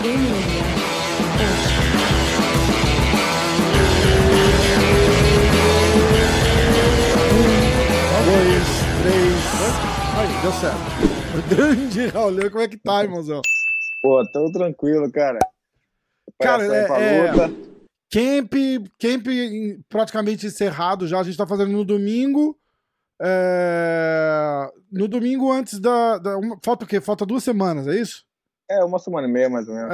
Dois, três. Aí, deu certo. Grande Raul, como é que tá, irmãozão? Pô, tão tranquilo, cara. Cara, Luta. Camp praticamente encerrado já. A gente tá fazendo no domingo. No domingo antes falta o quê? Falta 2 semanas, é isso? Uma semana e meia, mais ou menos.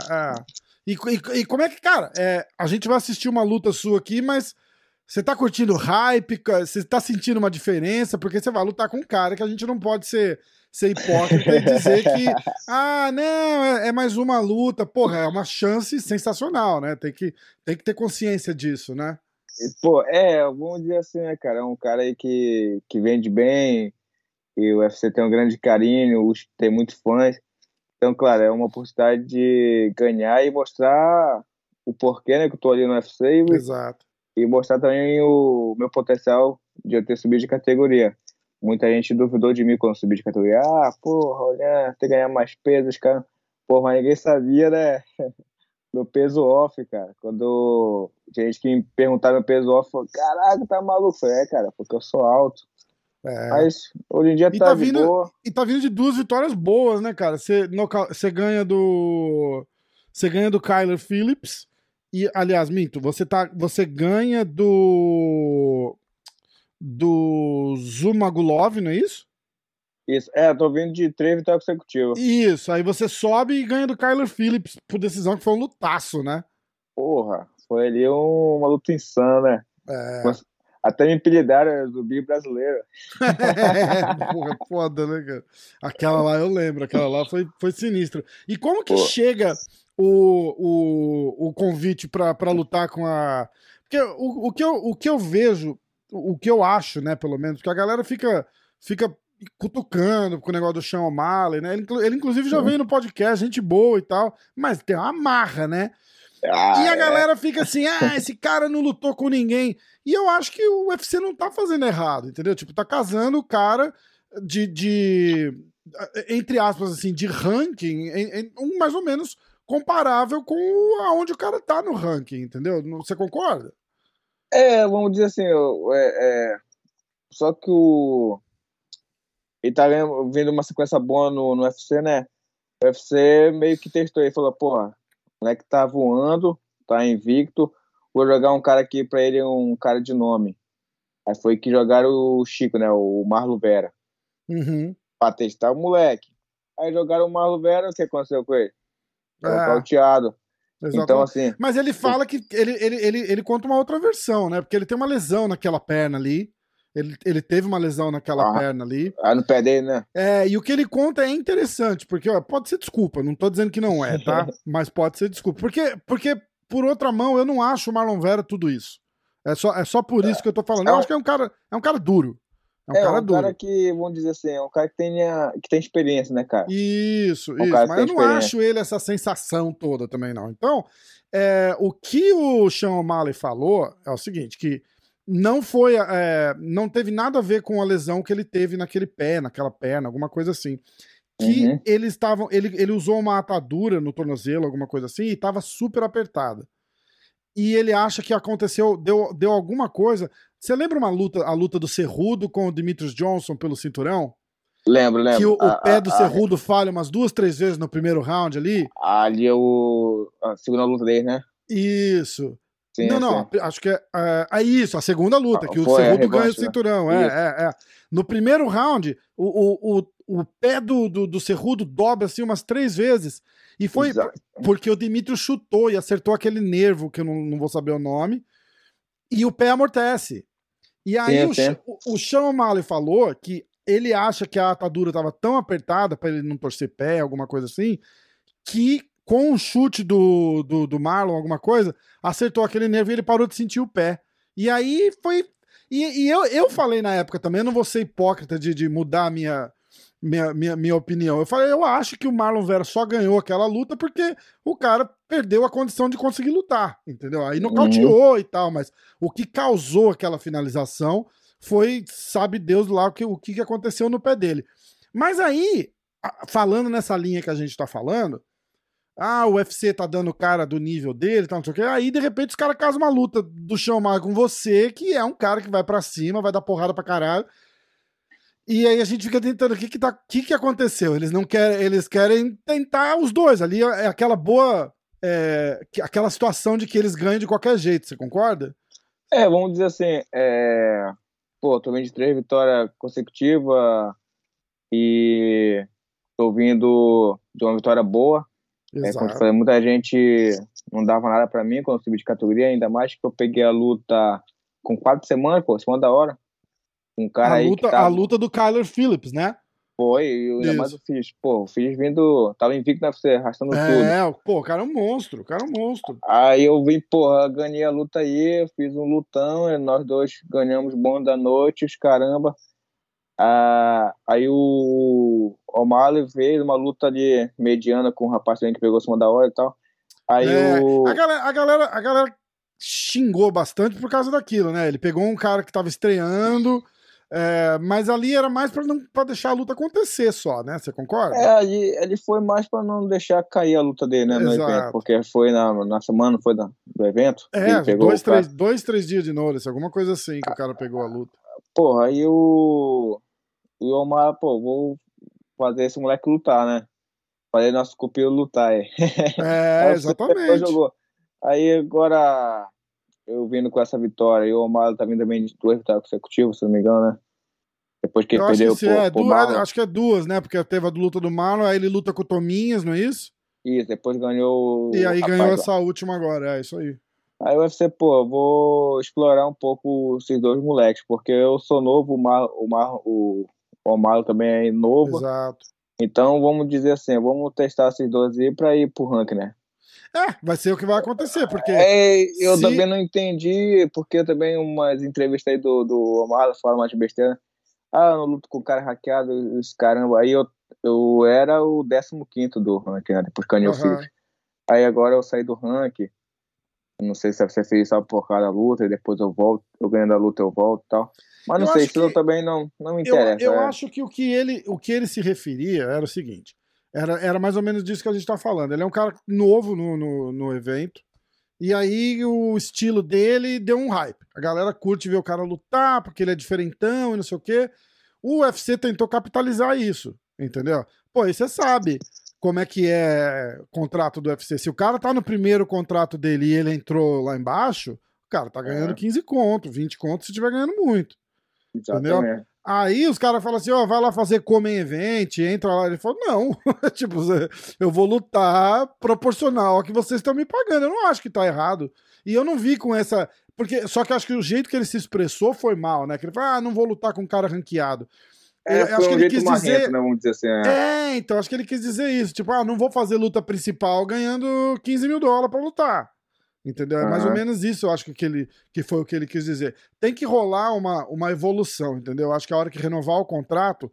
E como é que, cara, a gente vai assistir uma luta sua aqui, mas você tá curtindo hype? Você tá sentindo uma diferença? Porque você vai lutar com um cara que a gente não pode ser hipócrita e dizer que, não, é mais uma luta. Porra, é uma chance sensacional, né? Tem que ter consciência disso, né? Pô, vamos dizer assim, né, cara? É um cara aí que vende bem, e o UFC tem um grande carinho, tem muitos fãs. Então, claro, é uma oportunidade de ganhar e mostrar o porquê, né, que eu tô ali no UFC. Exato. E mostrar também o meu potencial de eu ter subido de categoria. Muita gente duvidou de mim quando eu subi de categoria. Porra, olha, ter que ganhar mais peso, cara. Porra, mas ninguém sabia, né? Meu peso off, cara. Quando tinha gente que me perguntava meu peso off, eu falei, caraca, tá maluco? Eu falei, cara, porque eu sou alto. Mas hoje em dia tá de boa. E tá vindo de 2 vitórias boas, né, cara? Você ganha do Kyler Phillips. E, aliás, minto, você ganha do Zumagulov, não é isso? Isso, tô vindo de 3 vitórias consecutivas. Isso, aí você sobe e ganha do Kyler Phillips por decisão, que foi um lutaço, né? Porra, foi ali uma luta insana, né? Até me apelidaram do Big brasileiro. Porra, foda, né, cara? Aquela lá eu lembro, aquela lá foi sinistra. E como que chega o convite pra lutar com a... Porque o que eu vejo, o que eu acho, né, pelo menos, porque a galera fica cutucando com o negócio do Sean O'Malley, né? Ele inclusive já veio no podcast, gente boa e tal, mas tem uma marra, né? E a galera fica assim, esse cara não lutou com ninguém. E eu acho que o UFC não tá fazendo errado, entendeu? Tipo, tá casando o cara de entre aspas, assim, de ranking, mais ou menos comparável com aonde o cara tá no ranking, entendeu? Você concorda? Vamos dizer assim, só que ele tá vindo uma sequência boa no UFC, né? O UFC meio que testou e falou, porra, o moleque tá voando, tá invicto, vou jogar um cara aqui pra ele, um cara de nome. Aí foi que jogaram o Chico, né? O Marlon Vera. Pra testar o moleque. Aí jogaram o Marlon Vera, o que aconteceu com ele? Nocauteado. Então, assim... Mas ele fala que ele conta uma outra versão, né? Porque ele tem uma lesão naquela perna ali. Ele teve uma lesão naquela perna ali. No pé dele, né? E o que ele conta é interessante, porque pode ser desculpa, não tô dizendo que não é, tá? Mas pode ser desculpa. Porque, por outra mão, eu não acho o Marlon Vera tudo isso. É só por isso que eu tô falando. Eu acho que é um cara duro. É um cara que, vamos dizer assim, é um cara que tem experiência, né, cara? Isso. Mas eu não acho ele essa sensação toda também, não. Então, o que o Sean O'Malley falou é o seguinte, que não teve nada a ver com a lesão que ele teve naquela perna, alguma coisa assim. Que ele usou uma atadura no tornozelo, alguma coisa assim, e tava super apertada. E ele acha que aconteceu, deu alguma coisa. Você lembra a luta do Cerrudo com o Demetrius Johnson pelo cinturão? Lembro. Que o pé do Cerrudo falha umas 2, 3 vezes no primeiro round ali? Ali é a segunda luta dele, né? Isso. Sim, não, acho que é isso, a segunda luta, que o Cerrudo ganha o cinturão. No primeiro round, o pé do Cerrudo dobra assim umas 3 vezes. E foi porque o Demetrius chutou e acertou aquele nervo, que eu não vou saber o nome, e o pé amortece. E aí o Sean O'Malley falou que ele acha que a atadura estava tão apertada para ele não torcer pé, alguma coisa assim, que com o chute do Marlon, alguma coisa, acertou aquele nervo e ele parou de sentir o pé. E aí foi... E eu falei na época também, eu não vou ser hipócrita de mudar a minha opinião. Eu falei, eu acho que o Marlon Vera só ganhou aquela luta porque o cara perdeu a condição de conseguir lutar, entendeu? Aí nocauteou e tal, mas o que causou aquela finalização foi, sabe Deus lá, o que aconteceu no pé dele. Mas aí, falando nessa linha que a gente tá falando, Ah, o UFC tá dando cara do nível dele, tá, não sei o quê. Aí, de repente, os caras casam uma luta do chão mais com você, que é um cara que vai pra cima, vai dar porrada pra caralho. E aí a gente fica tentando, o que aconteceu? Eles não querem, eles querem tentar os dois. Ali é aquela boa, aquela situação de que eles ganham de qualquer jeito, você concorda? Vamos dizer assim, pô, tô vindo de 3 vitórias consecutivas e tô vindo de uma vitória boa. Como eu te Exato. falei, muita gente não dava nada pra mim quando eu subi de categoria, ainda mais que eu peguei a luta com 4 semanas, pô, cima da hora. Um A cara aí que luta, a tava. luta do Kyler Phillips, né? Foi, e ainda mais Isso. o Fiz. Pô, o Fiz vindo. Tava invicto na UFC, arrastando tudo. Pô, o cara é um monstro, o cara é um monstro. Aí eu vim, porra, ganhei a luta aí, fiz um lutão, e nós dois ganhamos bom da noite, os caramba. Aí o O'Malley veio uma luta ali mediana com o rapaz também que pegou cima da hora e tal. Aí A o. galera, a galera xingou bastante por causa daquilo, né? Ele pegou um cara que tava estreando, mas ali era mais pra deixar a luta acontecer só, né? Você concorda? Ele foi mais pra não deixar cair a luta dele, né, no evento, Exato. porque foi na semana, foi do evento, que ele pegou o Dois, cara. três, 2, 3 dias de notice, alguma coisa assim que o cara pegou a luta. Porra, aí o Omar, pô, vou fazer esse moleque lutar, né? Fazer nosso cupilo lutar aí. Aí você pegou, Exatamente. jogou. Aí agora eu vindo com essa vitória, e o Omar tá vindo também de 2 vitórias consecutivas, se não me engano, né? Depois que ele Eu acho que perdeu se pro Marlon. acho que é duas, né? Porque teve a luta do Marlon, aí ele luta com o Tominhas, não é isso? Isso, depois E ganhou o aí ganhou rapaz lá. essa última agora, é isso aí. Aí o UFC, pô, eu vou explorar um pouco esses dois moleques, porque eu sou novo, o Omar também é novo. Exato. Então vamos dizer assim, vamos testar esses dois aí pra ir pro ranking, né? Vai ser o que vai acontecer, porque Eu também se. não entendi, porque também umas entrevistas aí do Omar falaram mais de besteira. Eu não luto com o cara hackeado, os caramba. Aí eu era o 15º do ranking, né? Depois que eu fiz. Aham. Aí agora eu saí do ranking. Não sei se você fez só por causa da luta, e depois eu volto, eu ganho da luta, eu volto e tal. Mas não Eu sei, acho isso que também não me eu, interessa. eu acho que o que ele se referia era o seguinte: era mais ou menos disso que a gente tá falando. Ele é um cara novo no evento. E aí o estilo dele deu um hype. A galera curte ver o cara lutar, porque ele é diferentão e não sei o quê. O UFC tentou capitalizar isso, entendeu? Pô, e você sabe como é que é o contrato do UFC. Se o cara tá no primeiro contrato dele e ele entrou lá embaixo, o cara tá ganhando É, 15 conto, 20 conto se tiver ganhando muito, entendeu? exatamente. Aí os caras falam assim, ó, vai lá fazer come event, entra lá. Ele falou, não, tipo, eu vou lutar proporcional ao que vocês estão me pagando. Eu não acho que tá errado. E eu não vi com essa. Porque, só que eu acho que o jeito que ele se expressou foi mal, né? Que ele falou, não vou lutar com um cara ranqueado. Eu Foi acho que um ele jeito quis marrento, dizer. né? Vamos dizer assim. Então, acho que ele quis dizer isso. Tipo, não vou fazer luta principal ganhando 15 mil dólares pra lutar. Entendeu? É mais ou Aham. menos isso, eu acho que foi o que ele quis dizer. Tem que rolar uma evolução, entendeu? Eu acho que a hora que renovar o contrato,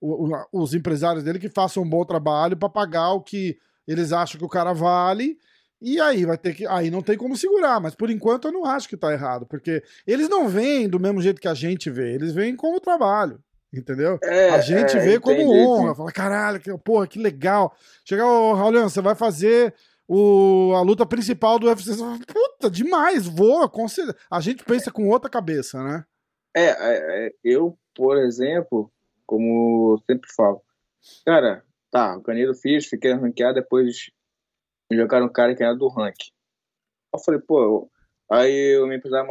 os empresários dele que façam um bom trabalho para pagar o que eles acham que o cara vale. E aí vai ter que. Aí não tem como segurar, mas por enquanto eu não acho que tá errado, porque eles não veem do mesmo jeito que a gente vê, eles veem como trabalho. Entendeu? A gente vê como Entendi, honra. sim. Fala, caralho, porra, que legal. Chegar, ô, Rauliano, você vai fazer a luta principal do UFC. Você fala, puta, demais, voa. A gente pensa com outra cabeça, né? Eu, por exemplo, como eu sempre falo, cara, tá, o Canedo fiz, fiquei ranqueado, depois me jogaram um cara que era do ranking. Eu falei, pô, aí o meu empresário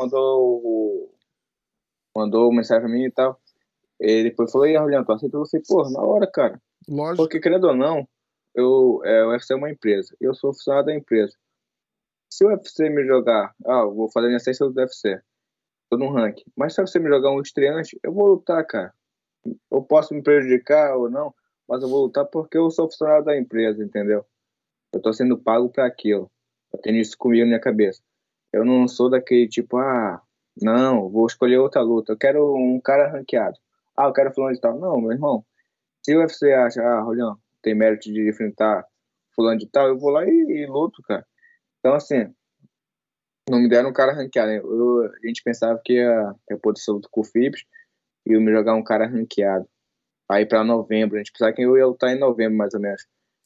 mandou mensagem pra mim e tal. Ele depois falou, e aí, Juliano, tu aceitou? Eu falei, pô, na hora, cara. Lógico. Porque, querendo ou não, o UFC é uma empresa. Eu sou funcionário da empresa. Se o UFC me jogar, eu vou fazer minha sexta do UFC, tô no ranking. Mas se você me jogar um estreante, eu vou lutar, cara. Eu posso me prejudicar ou não, mas eu vou lutar porque eu sou funcionário da empresa, entendeu? Eu tô sendo pago pra aquilo. Eu tenho isso comigo na minha cabeça. Eu não sou daquele tipo, não, vou escolher outra luta. Eu quero um cara ranqueado. Eu quero fulano de tal. Não, meu irmão. Se o UFC acha, Rolião, tem mérito de enfrentar fulano de tal, eu vou lá e luto, cara. Então, assim, não me deram um cara ranqueado, né? A gente pensava que ia poder ser luta com o Phillips e eu me jogar um cara ranqueado. Aí pra novembro, a gente pensava que eu ia lutar em novembro, mais ou menos.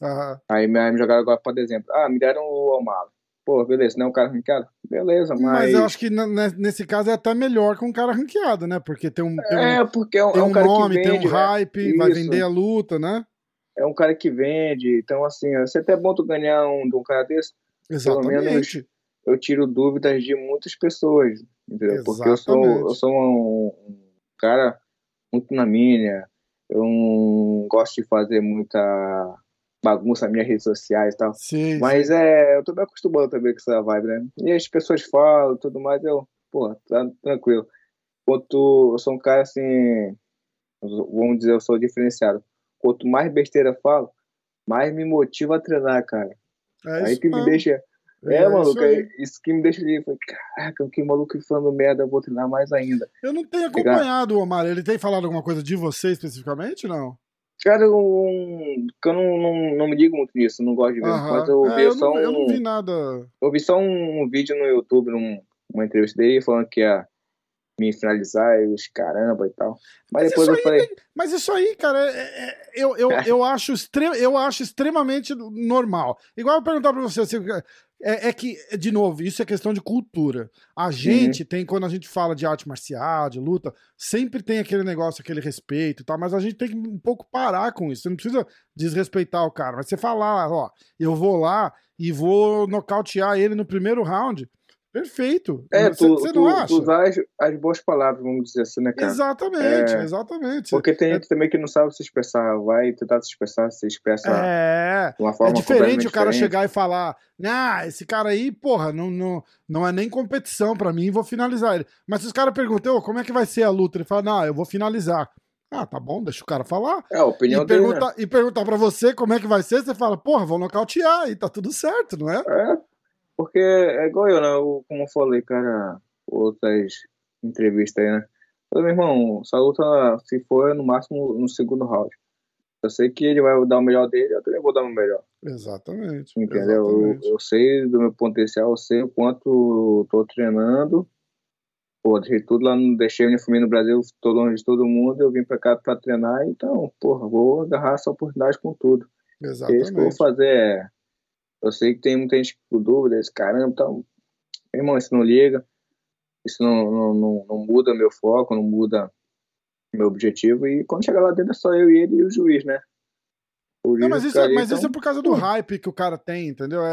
Aí me jogaram agora pra dezembro. Me deram o O'Malley. Pô, beleza, não é um cara ranqueado? Beleza, mas eu acho que nesse caso é até melhor que um cara ranqueado, né? Porque porque é tem um um cara nome, que vende, tem um hype, né? vai vender a luta, né? É um cara que vende, então assim, vai ser até bom tu ganhar de um cara desse. Exatamente. Pelo menos eu tiro dúvidas de muitas pessoas, entendeu? Exatamente. Porque eu sou um cara muito na minha, eu não gosto de fazer muita bagunça nas minhas redes sociais e tal. Sim, mas sim. eu tô me acostumando também com essa vibe, né? E as pessoas falam tudo mais, pô, tá tranquilo. Eu sou um cara assim, vamos dizer, eu sou diferenciado. Quanto mais besteira eu falo, mais me motiva a treinar, cara. É Aí isso que me mesmo. deixa. Isso aí. Isso que me deixa ali. Caraca, que maluco falando merda, eu vou treinar mais ainda. Eu não tenho acompanhado o Omar. Ele tem falado alguma coisa de você especificamente, não? Cara, que eu não me digo muito nisso, não gosto de ver. Mas eu vi só eu não vi nada. Eu vi só um vídeo no YouTube, uma entrevista dele, falando que ia me finalizar e os caramba e tal. Mas depois eu falei. Mas isso aí, cara, eu acho extremamente normal. Igual eu perguntar pra você, que, de novo, isso é questão de cultura. A gente tem, quando a gente fala de arte marcial, de luta, sempre tem aquele negócio, aquele respeito e tal, mas a gente tem que um pouco parar com isso. Você não precisa desrespeitar o cara, mas você falar, ó, eu vou lá e vou nocautear ele no primeiro round. Perfeito. Você não acha? Tu usar as boas palavras, vamos dizer assim, né, cara? Exatamente. Porque tem gente também que não sabe se expressar, vai tentar se expressa de uma forma diferente o cara chegar e falar, esse cara aí, porra, não é nem competição pra mim, vou finalizar ele. Mas se os caras perguntam, como é que vai ser a luta? Ele fala, não, eu vou finalizar. Tá bom, deixa o cara falar. A opinião dele, né? E perguntar pra você como é que vai ser, você fala, porra, vou nocautear e tá tudo certo, não é? Porque é igual eu, né? Como eu falei, cara, outras entrevistas aí, né? Eu falei, meu irmão, essa luta, se for, no máximo no segundo round. Eu sei que ele vai dar o melhor dele, eu também vou dar o melhor. Exatamente. Entendeu? Exatamente. Eu sei do meu potencial, eu sei o quanto tô treinando. Pô, deixei tudo lá, deixei o uniforme no Brasil, tô longe de todo mundo, eu vim pra cá pra treinar, então, porra, vou agarrar essa oportunidade com tudo. Exatamente. É isso que eu vou fazer. Eu sei que tem muita gente com dúvidas, caramba, então, meu irmão, isso não liga, isso não muda meu foco, não muda meu objetivo, e quando chegar lá dentro é só eu e ele e o juiz, né? Mas isso é por causa do hype que o cara tem, entendeu?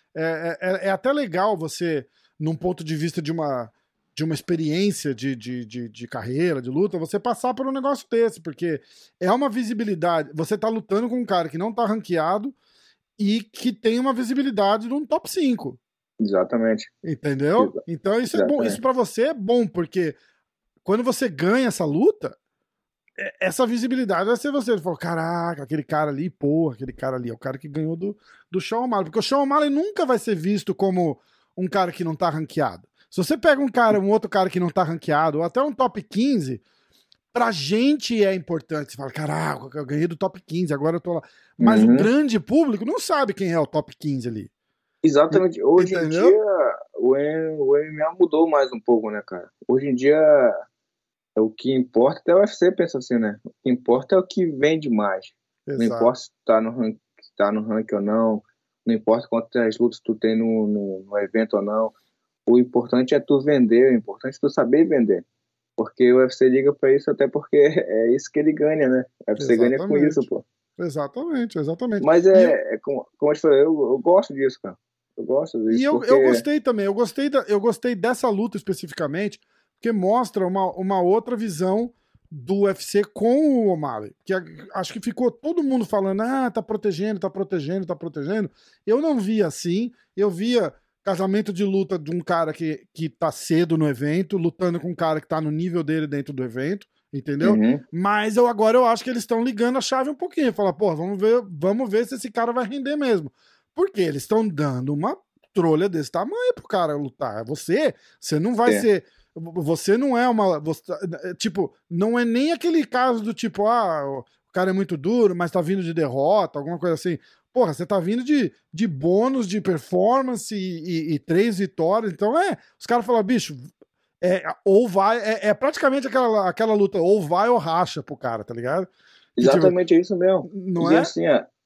É até legal você, num ponto de vista de uma experiência de carreira, de luta, você passar por um negócio desse, porque é uma visibilidade. Você tá lutando com um cara que não tá ranqueado e que tem uma visibilidade num top 5. Exatamente. Entendeu? Então isso é bom. Isso pra você é bom, porque quando você ganha essa luta, essa visibilidade vai ser você. Ele falou, caraca, aquele cara ali, porra, aquele cara ali é o cara que ganhou do Sean O'Malley. Porque o Sean O'Malley nunca vai ser visto como um cara que não tá ranqueado. Se você pega um outro cara que não tá ranqueado, ou até um top 15, pra gente é importante. Você fala, caraca, eu ganhei do top 15, agora eu tô lá. Mas o grande público não sabe quem é o top 15 ali. Exatamente. Hoje em dia, o MMA mudou mais um pouco, né, cara? Hoje em dia, o que importa, até o UFC pensa assim, né? O que importa é o que vende mais. Exato. Não importa se tá no ranking ou não, não importa quantas lutas tu tem no evento ou não. O importante é tu vender, o importante é tu saber vender. Porque o UFC liga pra isso, até porque é isso que ele ganha, né? O UFC ganha com isso, pô. Exatamente. Mas como eu te falei, eu gosto disso, cara. Eu gosto disso. E eu gostei também, eu gostei dessa luta especificamente, porque mostra uma outra visão do UFC com o O'Malley. Que acho que ficou todo mundo falando, tá protegendo. Eu não via assim, eu via casamento de luta de um cara que tá cedo no evento, lutando com um cara que tá no nível dele dentro do evento, entendeu? Mas agora eu acho que eles estão ligando a chave um pouquinho, falar, pô, vamos ver se esse cara vai render mesmo. Porque eles estão dando uma trolha desse tamanho pro cara lutar. Você não vai ser. Você não é uma. Tipo, não é nem aquele caso do tipo, o cara é muito duro, mas tá vindo de derrota, alguma coisa assim. Porra, você tá vindo de bônus de performance e 3 vitórias. Então os caras falam, bicho, ou vai. É praticamente aquela luta, ou vai ou racha pro cara, tá ligado? Exatamente, é isso mesmo. Não é? Assim,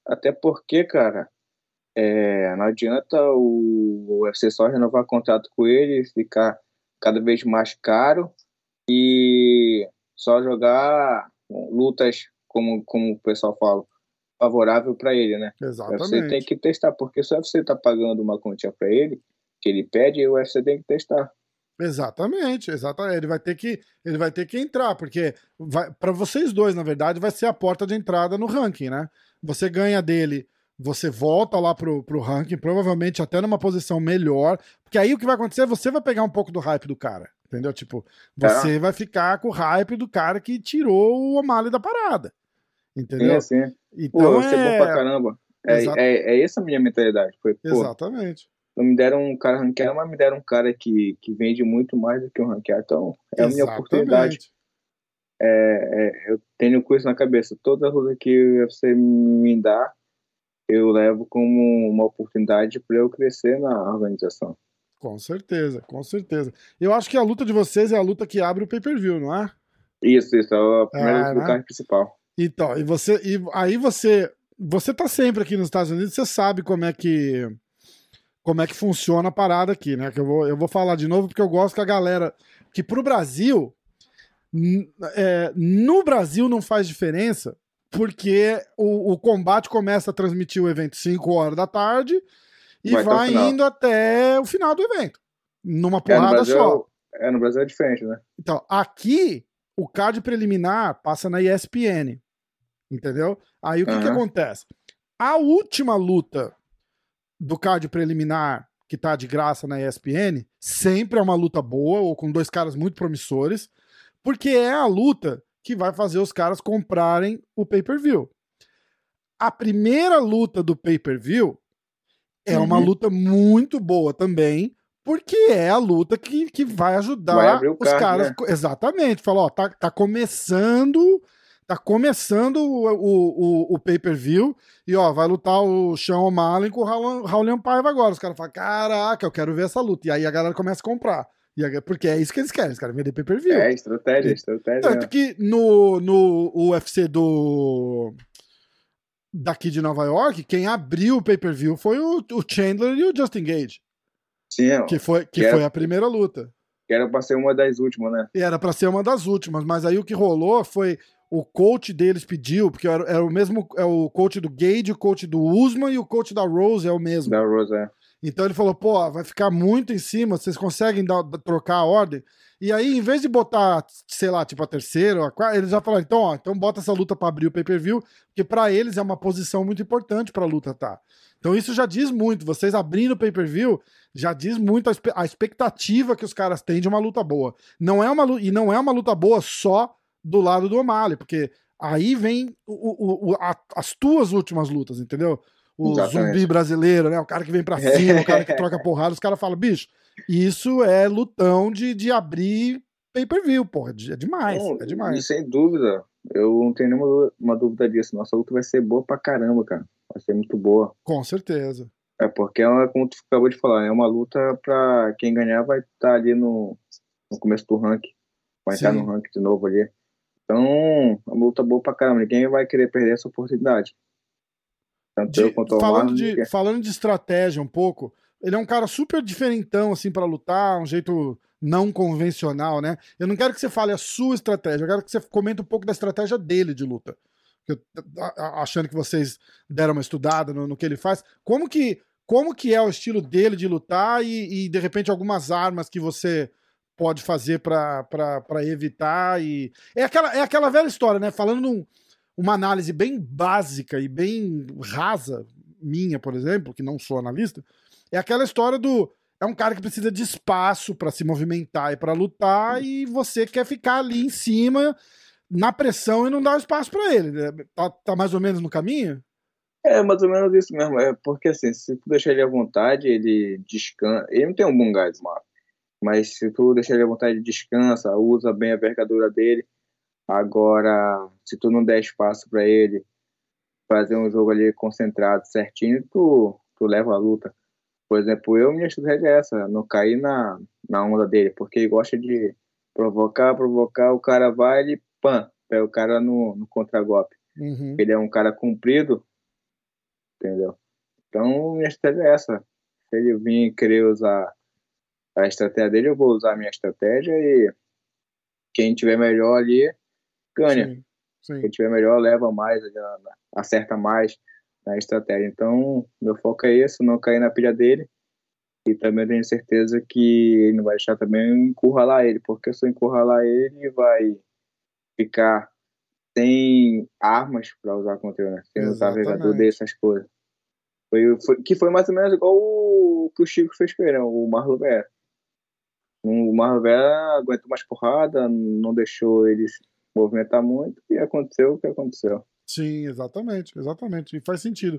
Até porque, cara, não adianta o UFC só renovar contrato com ele, ficar cada vez mais caro e só jogar lutas, como o pessoal fala, favorável para ele, né? O UFC tem Exatamente. que testar, porque se o UFC tá pagando uma quantia para ele, que ele pede, o UFC tem que testar. Exatamente, exatamente. Ele vai ter que entrar, porque para vocês dois, na verdade, vai ser a porta de entrada no ranking, né? Você ganha dele, você volta lá pro ranking, provavelmente até numa posição melhor, porque aí o que vai acontecer é você vai pegar um pouco do hype do cara, entendeu? Tipo, Tá? você vai ficar com o hype do cara que tirou o O'Malley da parada, Sim, entendeu? assim. Pô, Então vai ser bom pra caramba. exa É essa a minha mentalidade. Foi, pô, exatamente. não me deram um cara ranqueado, mas me deram um cara que vende muito mais do que um ranqueado. Então, é a minha oportunidade. Exatamente. Eu tenho com isso na cabeça. Toda luta que você me dá, eu levo como uma oportunidade para eu crescer na organização. Com certeza, com certeza. Eu acho que a luta de vocês é a luta que abre o pay-per-view, não é? Isso. É a primeira luta É, do né? card principal. Então, e aí você tá sempre aqui nos Estados Unidos, você sabe como é que funciona a parada aqui, né? Que eu vou falar de novo porque eu gosto que a galera que pro Brasil, no Brasil não faz diferença, porque o combate começa a transmitir o evento 5 horas da tarde e Vai até o vai final. indo até o final do evento, numa No porrada só. Brasil, no Brasil é diferente, né? Então, aqui, o card preliminar passa na ESPN, entendeu? Aí o que que Aham. acontece? A última luta do card preliminar, que tá de graça na ESPN, sempre é uma luta boa, ou com dois caras muito promissores, porque é a luta que vai fazer os caras comprarem o pay-per-view. A primeira luta do pay-per-view é uma Uhum. luta muito boa também, porque é a luta que vai Vai ajudar abrir o os card, caras. né? Exatamente. Falou, ó, tá começando. Tá começando o pay-per-view e ó, vai lutar o Sean O'Malley com o Raulian Paiva agora. Os caras falam, caraca, eu quero ver essa luta. E aí a galera começa a comprar. Porque é isso que eles querem vender pay-per-view. E, tanto Estratégia. que no UFC daqui de Nova York, quem abriu o pay-per-view foi o Chandler e o Justin Gage, Sim, que foi a primeira luta. que era pra ser uma das últimas, né? E era para ser uma das últimas, mas aí o que rolou foi o coach deles pediu, porque era o mesmo, é o coach do Gage, o coach do Usman e o coach da Rose é o mesmo. Da Rose. Então ele falou, pô, vai ficar muito em cima, vocês conseguem trocar a ordem? E aí, em vez de botar, sei lá, tipo a terceira ou a quarta, eles já falaram, então, ó, então bota essa luta para abrir o pay-per-view, porque para eles é uma posição muito importante para a luta, tá? Então isso já diz muito, vocês abrindo o pay-per-view já diz muito a expectativa que os caras têm de uma luta boa. E não é uma luta boa só do lado do O'Malley, porque aí vem as tuas últimas lutas, entendeu? O zumbi Exatamente. brasileiro, né? O cara que vem pra cima, o cara que troca porrada, os caras falam, bicho, isso é lutão de abrir pay-per-view, porra. É demais, Não, é e demais. sem dúvida, eu não tenho nenhuma uma dúvida disso. Nossa luta vai ser boa pra caramba, cara. Vai ser muito boa. Com certeza. É porque, como tu acabou de falar, é uma luta pra quem ganhar vai estar ali no começo do ranking. Vai estar no Sim. ranking de novo ali. Então, é uma luta boa pra caramba. Ninguém vai querer perder essa oportunidade. Tanto eu quanto o Omar, ninguém. Falando de estratégia um pouco, ele é um cara super diferentão, assim, pra lutar, um jeito não convencional, né? Eu não quero que você fale a sua estratégia, eu quero que você comente um pouco da estratégia dele de luta. Achando que vocês deram uma estudada no que ele faz. Como que é o estilo dele de lutar e de repente algumas armas que você pode fazer para evitar é aquela velha história, né? Falando uma análise bem básica e bem rasa minha, por exemplo, que não sou analista, é aquela história do é um cara que precisa de espaço para se movimentar e para lutar e você quer ficar ali em cima na pressão e não dar espaço para ele. Tá mais ou menos no caminho? É mais ou menos isso mesmo. É porque assim, se tu deixar ele à vontade, ele descansa. Ele não tem um bom gás, mano. Mas se tu deixar ele à vontade, ele descansa, usa bem a vergadura dele. Agora, se tu não der espaço para ele fazer um jogo ali concentrado, certinho, tu leva a luta. Por exemplo, minha estratégia é essa, não cair na onda dele, porque ele gosta de provocar, o cara vai, ele, pã, pega o cara no contragolpe. Uhum. Ele é um cara comprido, entendeu? Então, minha estratégia é essa. Se ele vir querer usar a estratégia dele, eu vou usar a minha estratégia e quem tiver melhor ali, ganha. Sim, sim. Quem tiver melhor, leva mais, acerta mais na estratégia. Então, meu foco é esse, não cair na pilha dele. E também tenho certeza que ele não vai deixar também eu encurralar ele, porque se eu encurralar ele, ele vai ficar sem armas para usar contra eu, né? Sem o navegador Exatamente. dessas coisas. Que foi mais ou menos igual o que o Chico fez com ele, né? O Marlon Vera. O Marlon Vera aguentou mais porrada, não deixou ele se movimentar muito e aconteceu o que aconteceu. Sim, exatamente, exatamente. E faz sentido.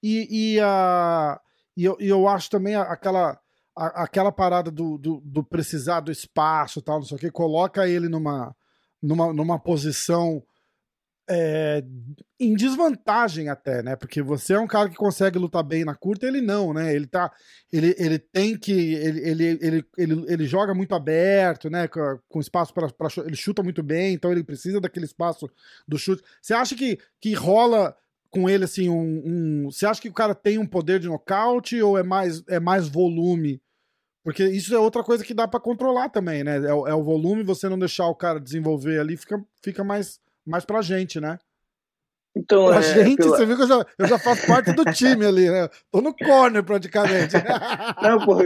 E eu acho também aquela parada do precisar do espaço e tal, não sei o que, coloca ele numa posição é, em desvantagem até, né? Porque você é um cara que consegue lutar bem na curta, ele não, né? Ele tem que, ele joga muito aberto, né? Com espaço para ele chuta muito bem, então ele precisa daquele espaço do chute. Você acha que rola com ele assim você acha que o cara tem um poder de nocaute ou é mais volume? Porque isso é outra coisa que dá para controlar também, né? É o volume, você não deixar o cara desenvolver ali, fica mais pra gente, né? Então, Pra gente, você viu que eu já faço parte do time ali, né? Tô no corner praticamente. Não, pô.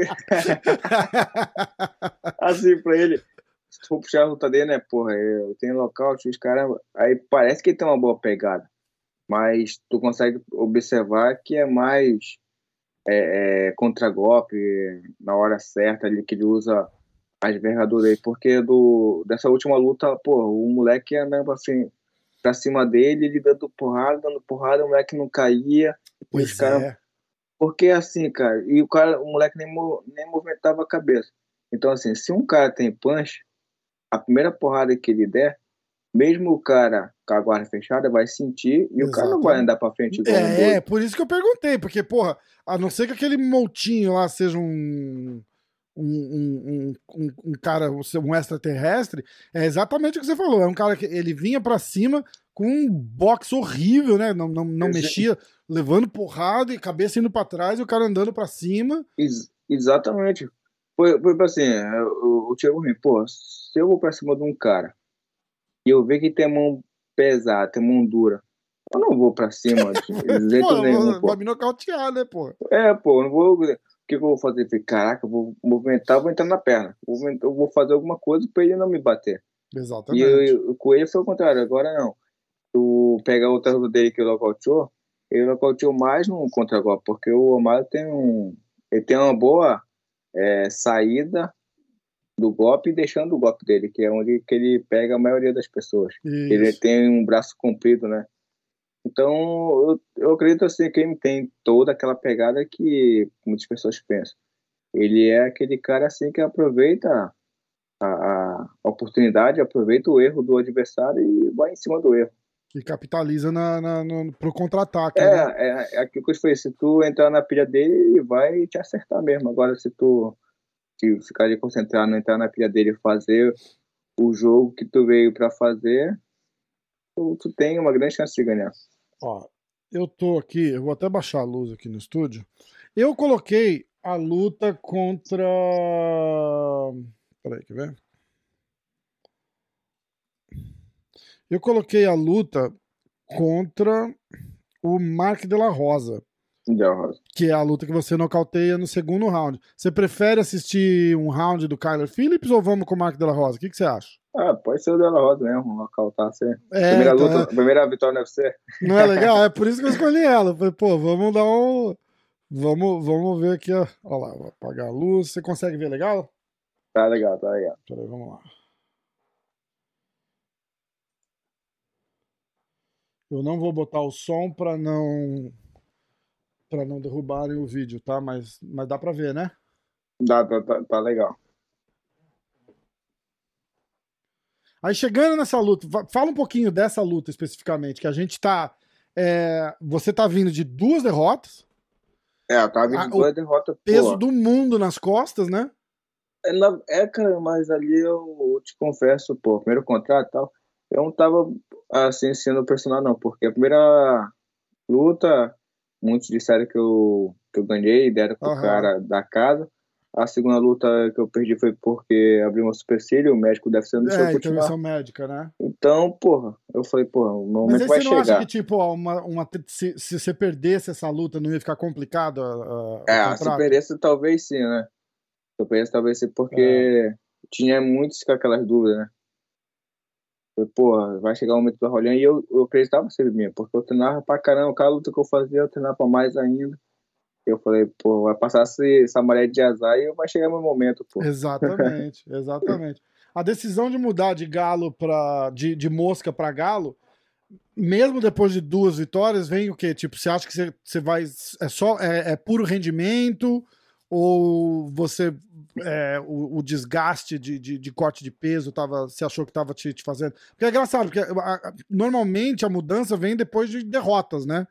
Assim, pra ele, se tu for puxar a luta dele, né, porra, eu tenho nocaute, os caras. Aí parece que ele tem uma boa pegada, mas tu consegue observar que é mais contragolpe na hora certa ali, que ele usa as envergaduras aí, porque dessa última luta, pô, o moleque andando assim, pra cima dele, ele dando porrada, o moleque não caía, e os Pois caras. é. Porque assim, cara, e o moleque nem movimentava a cabeça. Então, assim, se um cara tem punch, a primeira porrada que ele der, mesmo o cara com a guarda fechada, vai sentir e o cara não vai Exatamente. andar pra frente igual um doido. Por isso que eu perguntei, porque, porra, a não ser que aquele Moutinho lá seja um cara, um extraterrestre, é exatamente o que você falou. É um cara que ele vinha pra cima com um boxe horrível, né? Não mexia, levando porrada e cabeça indo pra trás e o cara andando pra cima. Exatamente. Foi assim, o Thiago Rim, pô, se eu vou pra cima de um cara e eu ver que tem mão pesada, tem mão dura, eu não vou pra cima de jeito nenhum, Pô, vai pô. me nocautear, né, pô? Pô, eu não vou. O que eu vou fazer? Falei, caraca, eu vou movimentar, vou entrar na perna. Eu vou fazer alguma coisa pra ele não me bater. E Exatamente. com ele foi o contrário, agora não. Tu pega outra luta dele que ele nocauteou mais no contra-golpe, porque o Omar ele tem uma boa saída do golpe e deixando o golpe dele, que é onde que ele pega a maioria das pessoas. Ele Isso. tem um braço comprido, né? Então, eu acredito assim que ele tem toda aquela pegada que muitas pessoas pensam. Ele é aquele cara assim que aproveita a oportunidade, aproveita o erro do adversário e vai em cima do erro. Que capitaliza pro É, contra-ataque, né? é aquilo que eu te falei, se tu entrar na pilha dele, ele vai te acertar mesmo. Agora, se tu ficar ali concentrado, não entrar na pilha dele e fazer o jogo que tu veio para fazer, tu tem uma grande chance de ganhar. Ó, eu tô aqui, eu vou até baixar a luz aqui no estúdio. Eu coloquei a luta contra. Peraí, quer ver? Eu coloquei a luta contra o Mark de la Rosa, que é a luta que você nocauteia no segundo round. Você prefere assistir um round do Kyler Phillips ou vamos com o Mark de la Rosa? O que você acha? Pode ser o Della Rosa mesmo, nocautar você. É, Primeira então. luta, primeira vitória no UFC. Não é legal? É por isso que eu escolhi ela. Falei, pô, vamos dar um. Vamos ver aqui, ó. Olha lá, vou apagar a luz. Você consegue ver legal? Tá legal, tá legal. Peraí, vamos lá. Eu não vou botar o som para não derrubarem o vídeo, tá? Mas dá para ver, né? Tá legal. Aí chegando nessa luta, fala um pouquinho dessa luta especificamente, que a gente tá. Você tá vindo de 2 derrotas. Eu tava vindo O duas derrotas, peso pô. do mundo nas costas, né? Cara, mas ali eu te confesso, pô, primeiro contrato e tal, eu não tava assim sendo personal, não, porque a primeira luta, muitos disseram que eu ganhei, deram pro cara da casa. A segunda luta que eu perdi foi porque abri uma supercílio, o médico deve ser não deixou eu continuar. Intervenção médica, né? Então, porra, eu falei, porra, o momento Mas aí vai você não chegar. acha que, tipo, ó, se você perdesse essa luta, não ia ficar complicado o contrato? Se perdesse, talvez sim, né? Se eu perdesse, talvez sim, porque tinha muitos com aquelas dúvidas, né? Falei, porra, vai chegar o momento da Rolhan, e eu acreditava ser minha, porque eu treinava pra caramba, cada luta que eu fazia, eu treinava pra mais ainda. Eu falei, pô, vai passar essa maré de azar e vai chegar meu momento, pô. Exatamente, exatamente. A decisão de mudar de galo de mosca para galo, mesmo depois de 2 vitórias, vem o quê? Tipo, você acha que você vai. É puro rendimento? Ou você. O desgaste de corte de peso você achou que estava te fazendo? Porque é engraçado, porque normalmente a mudança vem depois de derrotas, né?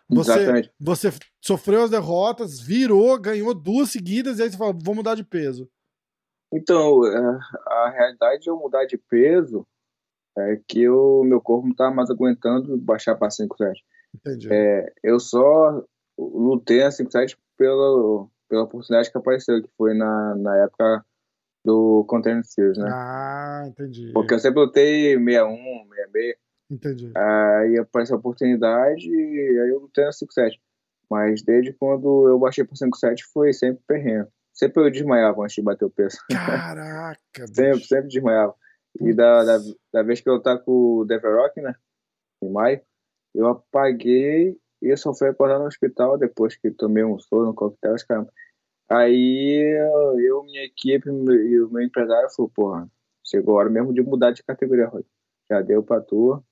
Você sofreu as derrotas, virou, ganhou 2 seguidas, e aí você fala, vou mudar de peso. Então, a realidade de eu mudar de peso é que o meu corpo não estava mais aguentando baixar para 5,7. Entendi. Eu só lutei a 5,7 pela oportunidade que apareceu, que foi na época do Contender Series, né? Ah, entendi. Porque eu sempre lutei 61, 66. Entendi. Aí apareceu a oportunidade e aí eu lutei na 5,7. Mas desde quando eu baixei para 5,7 foi sempre perrengue. Sempre eu desmaiava antes de bater o peso. Caraca, sempre desmaiava. E da vez que eu tava com o Devil Rock, né? Em maio, eu apaguei e eu só fui acordar no hospital depois que tomei um soro, um coquetel, os caramba. Aí minha equipe e o meu empresário falou, porra, chegou a hora mesmo de mudar de categoria, Roy. Já deu pra tu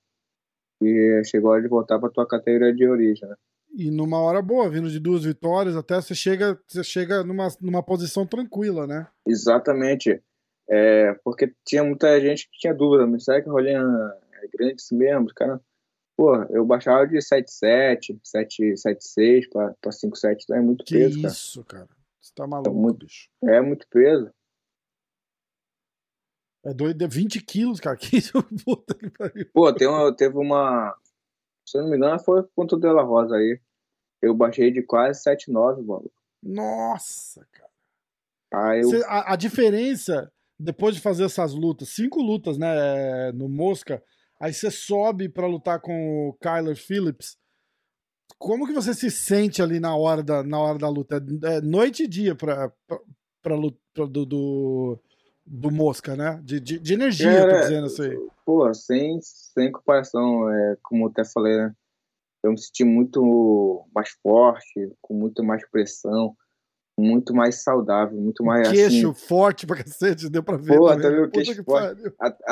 e chegou a hora de voltar pra tua categoria de origem, né? E numa hora boa, vindo de 2 vitórias, até você chega numa posição tranquila, né? Exatamente. Porque tinha muita gente que tinha dúvida, mas será que o Rolinha é grande assim mesmo? Cara, pô, eu baixava de 7,7, 7,6 pra 5,7, é muito peso, cara. Que isso, cara. Você tá maluco, bicho. É muito peso. É doido, é 20 quilos, cara. Que isso, puta que pariu. Pô, teve uma... Se eu não me engano, foi contra o De La Rosa aí. Eu baixei de quase 7,9, mano. Nossa, cara. Aí a diferença, depois de fazer essas lutas, 5 lutas, né, no Mosca, aí você sobe pra lutar com o Kyler Phillips. Como que você se sente ali na hora da luta? É noite e dia pra luta do Mosca, né? De energia, eu tô dizendo isso aí. Pô, sem comparação, como eu até falei, né? Eu me senti muito mais forte, com muito mais pressão, muito mais saudável, muito mais queixo assim... forte pra cacete, deu pra ver. Pô, também, até né? meu queixo forte.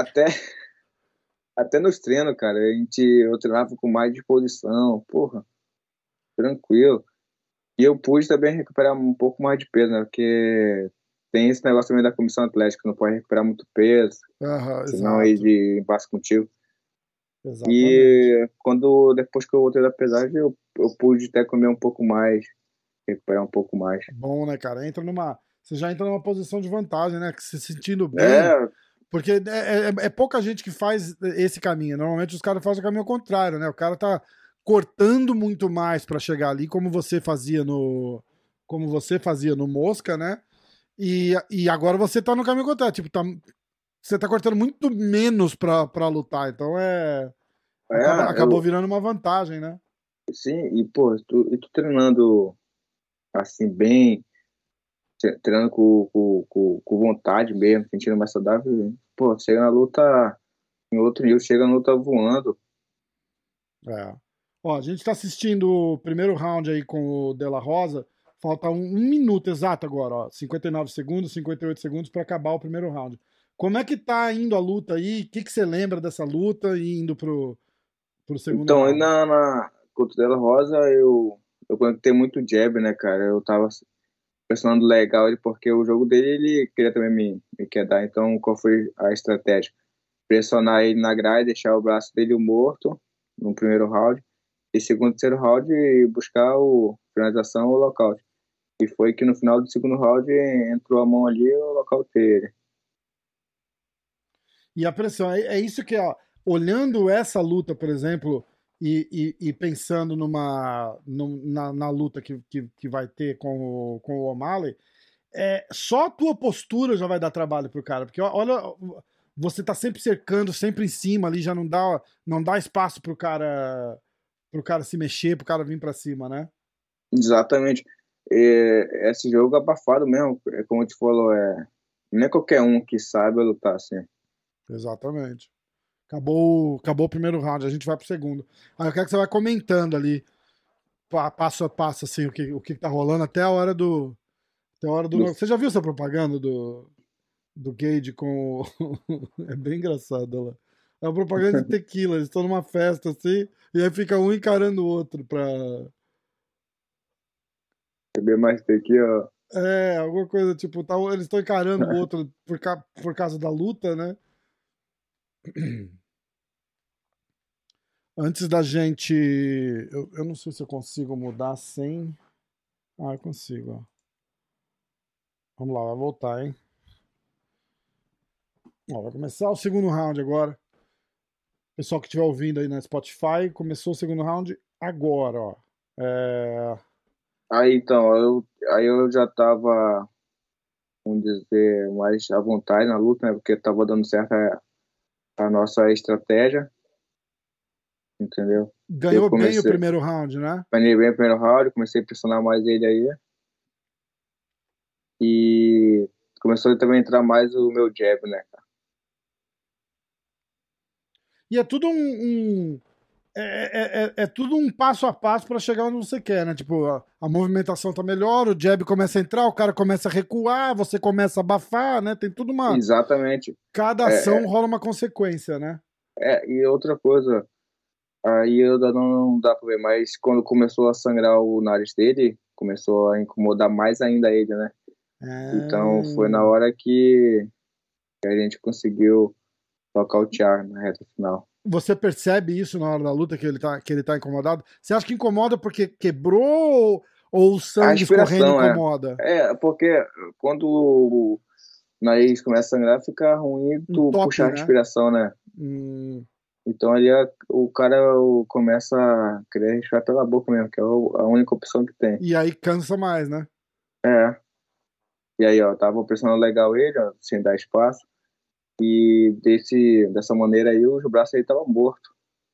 Até nos treinos, cara, eu treinava com mais disposição, porra, tranquilo. E eu pude também recuperar um pouco mais de peso, né? Porque tem esse negócio também da comissão atlética, não pode recuperar muito peso, senão aí de embaixo contigo. Exatamente. E depois que eu voltei da pesagem, eu pude até comer um pouco mais, recuperar um pouco mais. Bom, né, cara? Você já entra numa posição de vantagem, né? Se sentindo bem. Porque é pouca gente que faz esse caminho. Normalmente os caras fazem o caminho ao contrário, né? O cara tá cortando muito mais para chegar ali, como você fazia no Mosca, né? E agora você tá no caminho contrário. Tipo, você tá cortando muito menos pra lutar. Então acabou virando uma vantagem, né? Sim, e pô, tu treinando assim bem, treinando com vontade mesmo, sentindo mais saudável, pô, chega na luta em outro nível, chega na luta voando. Ó, a gente tá assistindo o primeiro round aí com o De La Rosa. Falta um minuto exato agora, ó. 59 segundos, 58 segundos para acabar o primeiro round. Como é que tá indo a luta aí? O que você lembra dessa luta e indo pro segundo então, round? Então, aí contra o De La Rosa, eu conectei muito jab, né, cara? Eu tava pressionando legal ele, porque o jogo dele, ele queria também me quedar. Então, qual foi a estratégia? Pressionar ele na grade, deixar o braço dele morto no primeiro round. E segundo e terceiro round, buscar finalização ou lockout. E foi que no final do segundo round entrou a mão ali e eu locautei ele. E a pressão, é isso que, ó, olhando essa luta, por exemplo, e pensando na luta que vai ter com o O'Malley, só a tua postura já vai dar trabalho pro cara, porque olha, você tá sempre cercando, sempre em cima ali, já não dá espaço pro cara se mexer, pro cara vir pra cima, né? Exatamente. Esse jogo é abafado mesmo, como te falou, não é qualquer um que sabe lutar assim. Exatamente. Acabou o primeiro round, a gente vai pro segundo. Aí eu quero que você vai comentando ali, passo a passo, assim, o que tá rolando até a hora do. Até a hora do. Você já viu essa propaganda do Cage com. É bem engraçado lá. É uma propaganda de tequila, eles estão numa festa assim, e aí fica um encarando o outro pra. Beber mais tequila. Alguma coisa tipo, eles estão encarando o outro por causa da luta, né? Antes da gente. Eu não sei se eu consigo mudar sem. Ah, eu consigo, ó. Vamos lá, vai voltar, hein? Ó, vai começar o segundo round agora. Pessoal que estiver ouvindo aí na Spotify, começou o segundo round agora, ó. Aí então, eu já tava, vamos dizer, mais à vontade na luta, né? Porque tava dando certo a nossa estratégia, entendeu? Eu Ganhou bem o comecei, primeiro round, né? ganhei bem o primeiro round, comecei a pressionar mais ele aí. E começou também a entrar mais o meu jab, né, cara? E é tudo é tudo um passo a passo para chegar onde você quer, né? Tipo, a movimentação tá melhor, o jab começa a entrar, o cara começa a recuar, você começa a abafar, né? Tem tudo uma. Exatamente. Cada ação rola uma consequência, né? E outra coisa, aí ainda não dá pra ver, mas quando começou a sangrar o nariz dele, começou a incomodar mais ainda ele, né? Então foi na Ah. hora que a gente conseguiu nocautear na reta final. Você percebe isso na hora da luta que ele tá incomodado? Você acha que incomoda porque quebrou ou o A sangue escorrendo respiração, incomoda? porque quando o nariz começa a sangrar, fica ruim tu Entope, puxar a né? respiração, né? Hum. Então ali o cara começa a querer respirar pela boca mesmo, que é a única opção que tem. E aí cansa mais, né? É. E aí, ó, tava pressionando legal ele, ó, sem dar espaço. E dessa maneira aí, os braços aí estavam mortos.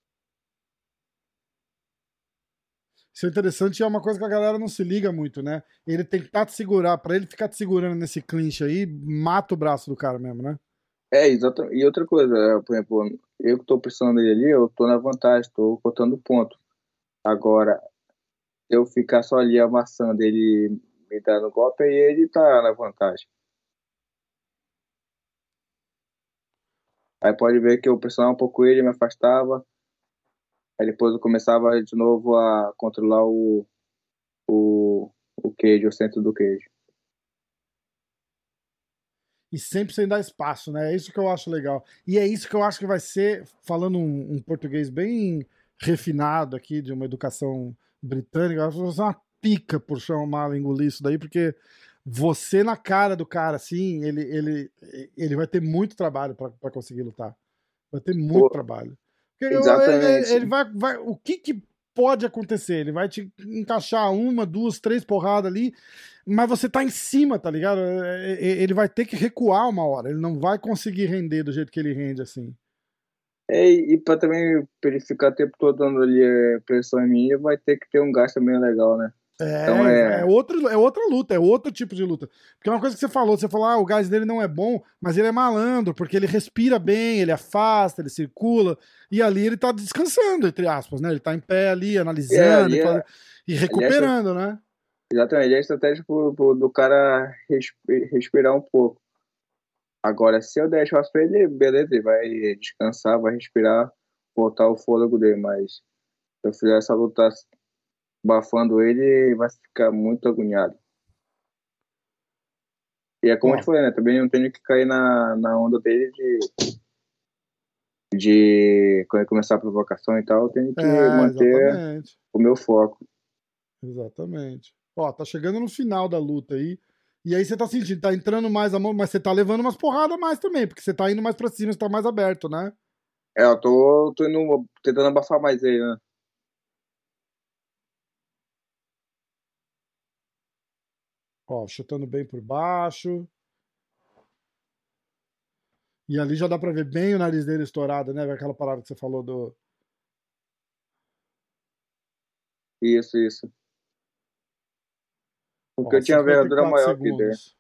Isso é interessante e é uma coisa que a galera não se liga muito, né? Ele tem que te segurar, pra ele ficar te segurando nesse clinch aí, mata o braço do cara mesmo, né? Exato. E outra coisa, por exemplo, eu que tô pressionando ele ali, eu tô na vantagem, tô cortando ponto. Agora, eu ficar só ali amassando ele, me dando golpe, aí ele tá na vantagem. Aí pode ver que eu pressionava um pouco ele, me afastava. Aí depois eu começava de novo a controlar o queijo, o centro do queijo. E sempre sem dar espaço, né? É isso que eu acho legal. E é isso que eu acho que vai ser, falando um português bem refinado aqui, de uma educação britânica, eu acho que vai ser uma pica por chamar a engolir isso daí, porque você na cara do cara, assim, ele vai ter muito trabalho para conseguir lutar. Vai ter muito Pô, trabalho. Porque exatamente. ele vai. O que pode acontecer? Ele vai te encaixar uma, duas, três porradas ali, mas você tá em cima, tá ligado? Ele vai ter que recuar uma hora. Ele não vai conseguir render do jeito que ele rende assim. E para também pra ele ficar o tempo todo dando ali pressão em mim, vai ter que ter um gasto também legal, né? Então É outra luta, é outro tipo de luta. Porque é uma coisa que você falou, o gás dele não é bom, mas ele é malandro, porque ele respira bem, ele afasta, ele circula, e ali ele tá descansando, entre aspas, né? Ele tá em pé ali, analisando ali e ali recuperando, né? exatamente, ali é estratégia do cara respirar um pouco. Agora, se eu der espaço pra ele, beleza, ele vai descansar, vai respirar, voltar o fôlego dele, mas se eu fizer essa luta bafando ele, vai ficar muito agoniado. E é como eu te Ó, falei, né? Também não tenho que cair na onda dele de quando ele começar a provocação e tal, eu tenho que manter exatamente. o meu foco. Exatamente. Ó, tá chegando no final da luta aí. E aí você tá sentindo, tá entrando mais a mão, mas você tá levando umas porradas a mais também, porque você tá indo mais pra cima, você tá mais aberto, né? Eu tô indo, tentando abafar mais ele, né? Ó, chutando bem por baixo. E ali já dá pra ver bem o nariz dele estourado, né? Aquela parada que você falou do... Isso. Porque Ó, eu tinha uma vergadura 54 maior que dele. segundos.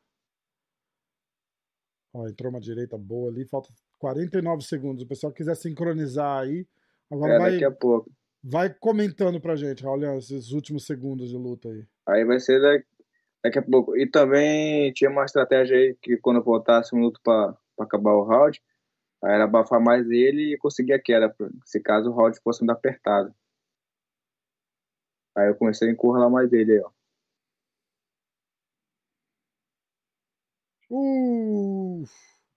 Ó, entrou uma direita boa ali, falta 49 segundos. O pessoal quiser sincronizar aí, agora Daqui a pouco. vai comentando pra gente, olha esses últimos segundos de luta aí. Aí vai ser daqui a pouco. E também tinha uma estratégia aí que quando eu voltasse um minuto pra acabar o round, aí era abafar mais ele e conseguir a queda, se caso o round fosse muito apertado. Aí eu comecei a encurralar mais ele aí, ó. Uh!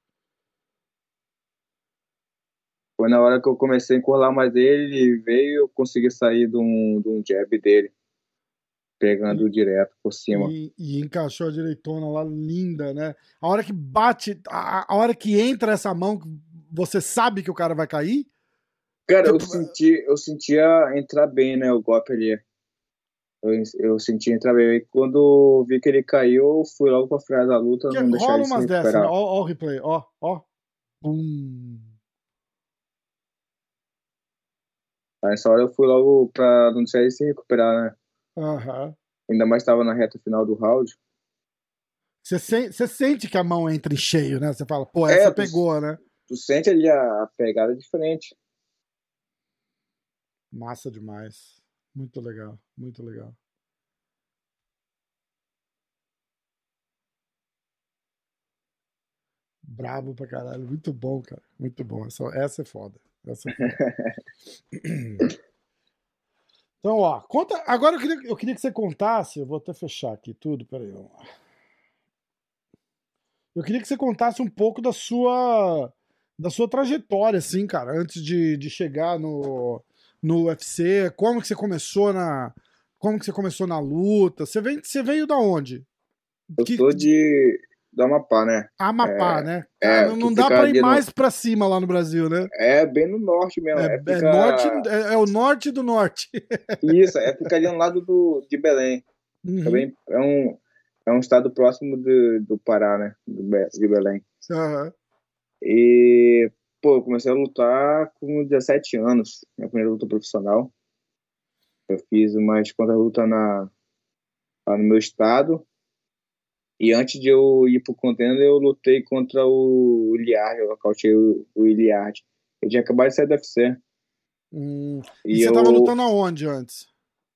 Foi na hora que eu comecei a encurralar mais ele, ele veio, eu consegui sair de um jab dele, pegando direto por cima. E encaixou a direitona lá, linda, né? A hora que bate, a hora que entra essa mão, você sabe que o cara vai cair? Cara, Tipo, eu sentia entrar bem, né, o golpe ali. Eu senti entrar bem. Aí quando vi que ele caiu, eu fui logo pra final da luta, não deixar rola ele se umas dessas, né? recuperar. Ó o replay, ó. Pum. Aí nessa hora eu fui logo pra não deixar ele se recuperar, né? Aham. Ainda mais estava na reta final do round. Você sente que a mão entra em cheio, né? Você fala, pô, essa É, pegou, né? tu sente ali a pegada diferente. Massa demais. Muito legal, muito legal. Brabo pra caralho. Muito bom, cara. Muito bom. Essa é foda. Essa é foda. Então, ó, conta. Agora eu queria que você contasse. Eu vou até fechar aqui tudo. Peraí. Eu queria que você contasse um pouco da sua trajetória, assim, cara, antes de chegar no UFC. Como que você começou na luta? Você veio da onde? Eu sou do Amapá, né? Amapá, né? Cara, Que não dá fica pra ir ali mais pra cima lá no Brasil, né? É bem no norte mesmo. É norte, é o norte do norte. Isso, fica ali no lado de Belém. Uhum. Também é um estado próximo do Pará, né? De Belém. Uhum. E, pô, eu comecei a lutar com 17 anos, minha primeira luta profissional. Eu fiz umas quantas lutas lá no meu estado. E antes de eu ir pro contender, eu lutei contra o Iliard, eu nocauteei o Iliard. Eu tinha acabado de sair do UFC. E E você tava eu lutando aonde antes?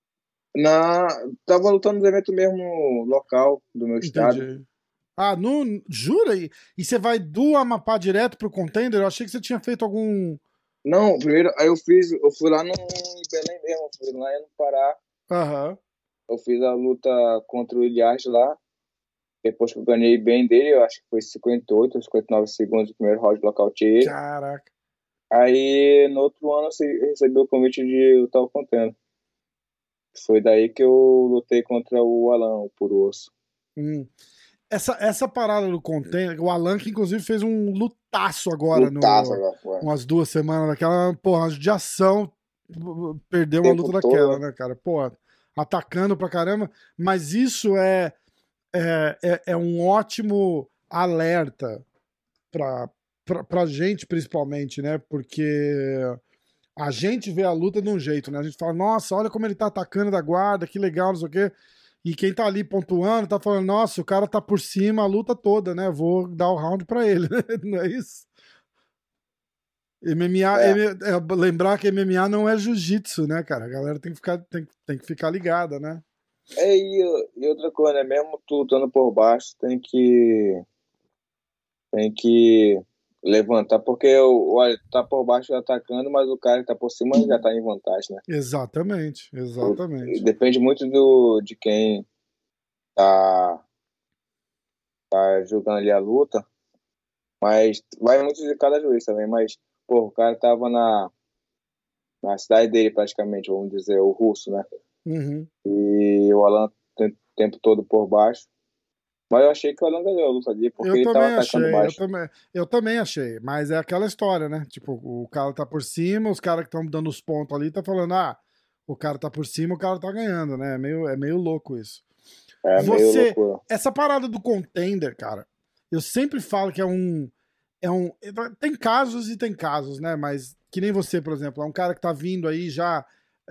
tava lutando no evento mesmo local do meu estado. Entendi. Ah, jura? E você vai do Amapá direto pro Contender? Eu achei que você tinha feito algum. Não, primeiro, aí eu fui lá no em Belém mesmo, fui lá no Pará. Aham. Eu fiz a luta contra o Ilias lá. Depois que eu ganhei bem dele, eu acho que foi 58 ou 59 segundos o primeiro round nocauteei. Caraca. Aí no outro ano eu recebi o convite de lutar o Contender. Foi daí que eu lutei contra o Alan, o Puro Osso. Hum. Essa parada do Contender, o Alan, que inclusive fez um lutaço agora Lutaço no. agora, foi. Umas 2 semanas daquela, porra, judiação, perdeu O uma tempo luta daquela, todo. né, cara? Pô, atacando pra caramba, mas isso é um ótimo alerta pra gente, principalmente, né? Porque a gente vê a luta de um jeito, né? A gente fala, nossa, olha como ele tá atacando da guarda, que legal, não sei o quê. E quem tá ali pontuando tá falando, nossa, o cara tá por cima a luta toda, né? Vou dar o round pra ele, né? Não é isso? MMA, É. lembrar que MMA não é jiu-jitsu, né, cara? A galera tem que ficar ligada, né? E outra coisa, né? Mesmo tu lutando por baixo, tem que levantar, porque olha, tá por baixo atacando, mas o cara que tá por cima já tá em vantagem, né? Exatamente, exatamente. Depende muito de quem tá, tá jogando ali a luta, mas vai muito de cada juiz também, mas, pô, o cara tava na cidade dele praticamente, vamos dizer, o russo, né? Uhum. E o Alan o tempo todo por baixo. Mas eu achei que o Alan ganhou a luta ali, porque Eu ele tava também atacando achei, baixo. eu também achei, mas é aquela história, né? Tipo, o cara tá por cima, os caras que estão dando os pontos ali tá falando, ah, o cara tá por cima, o cara tá ganhando, né? É meio louco isso. Você, essa parada do contender, cara, eu sempre falo que tem casos e tem casos, né? Mas que nem você, por exemplo, é um cara que tá vindo aí já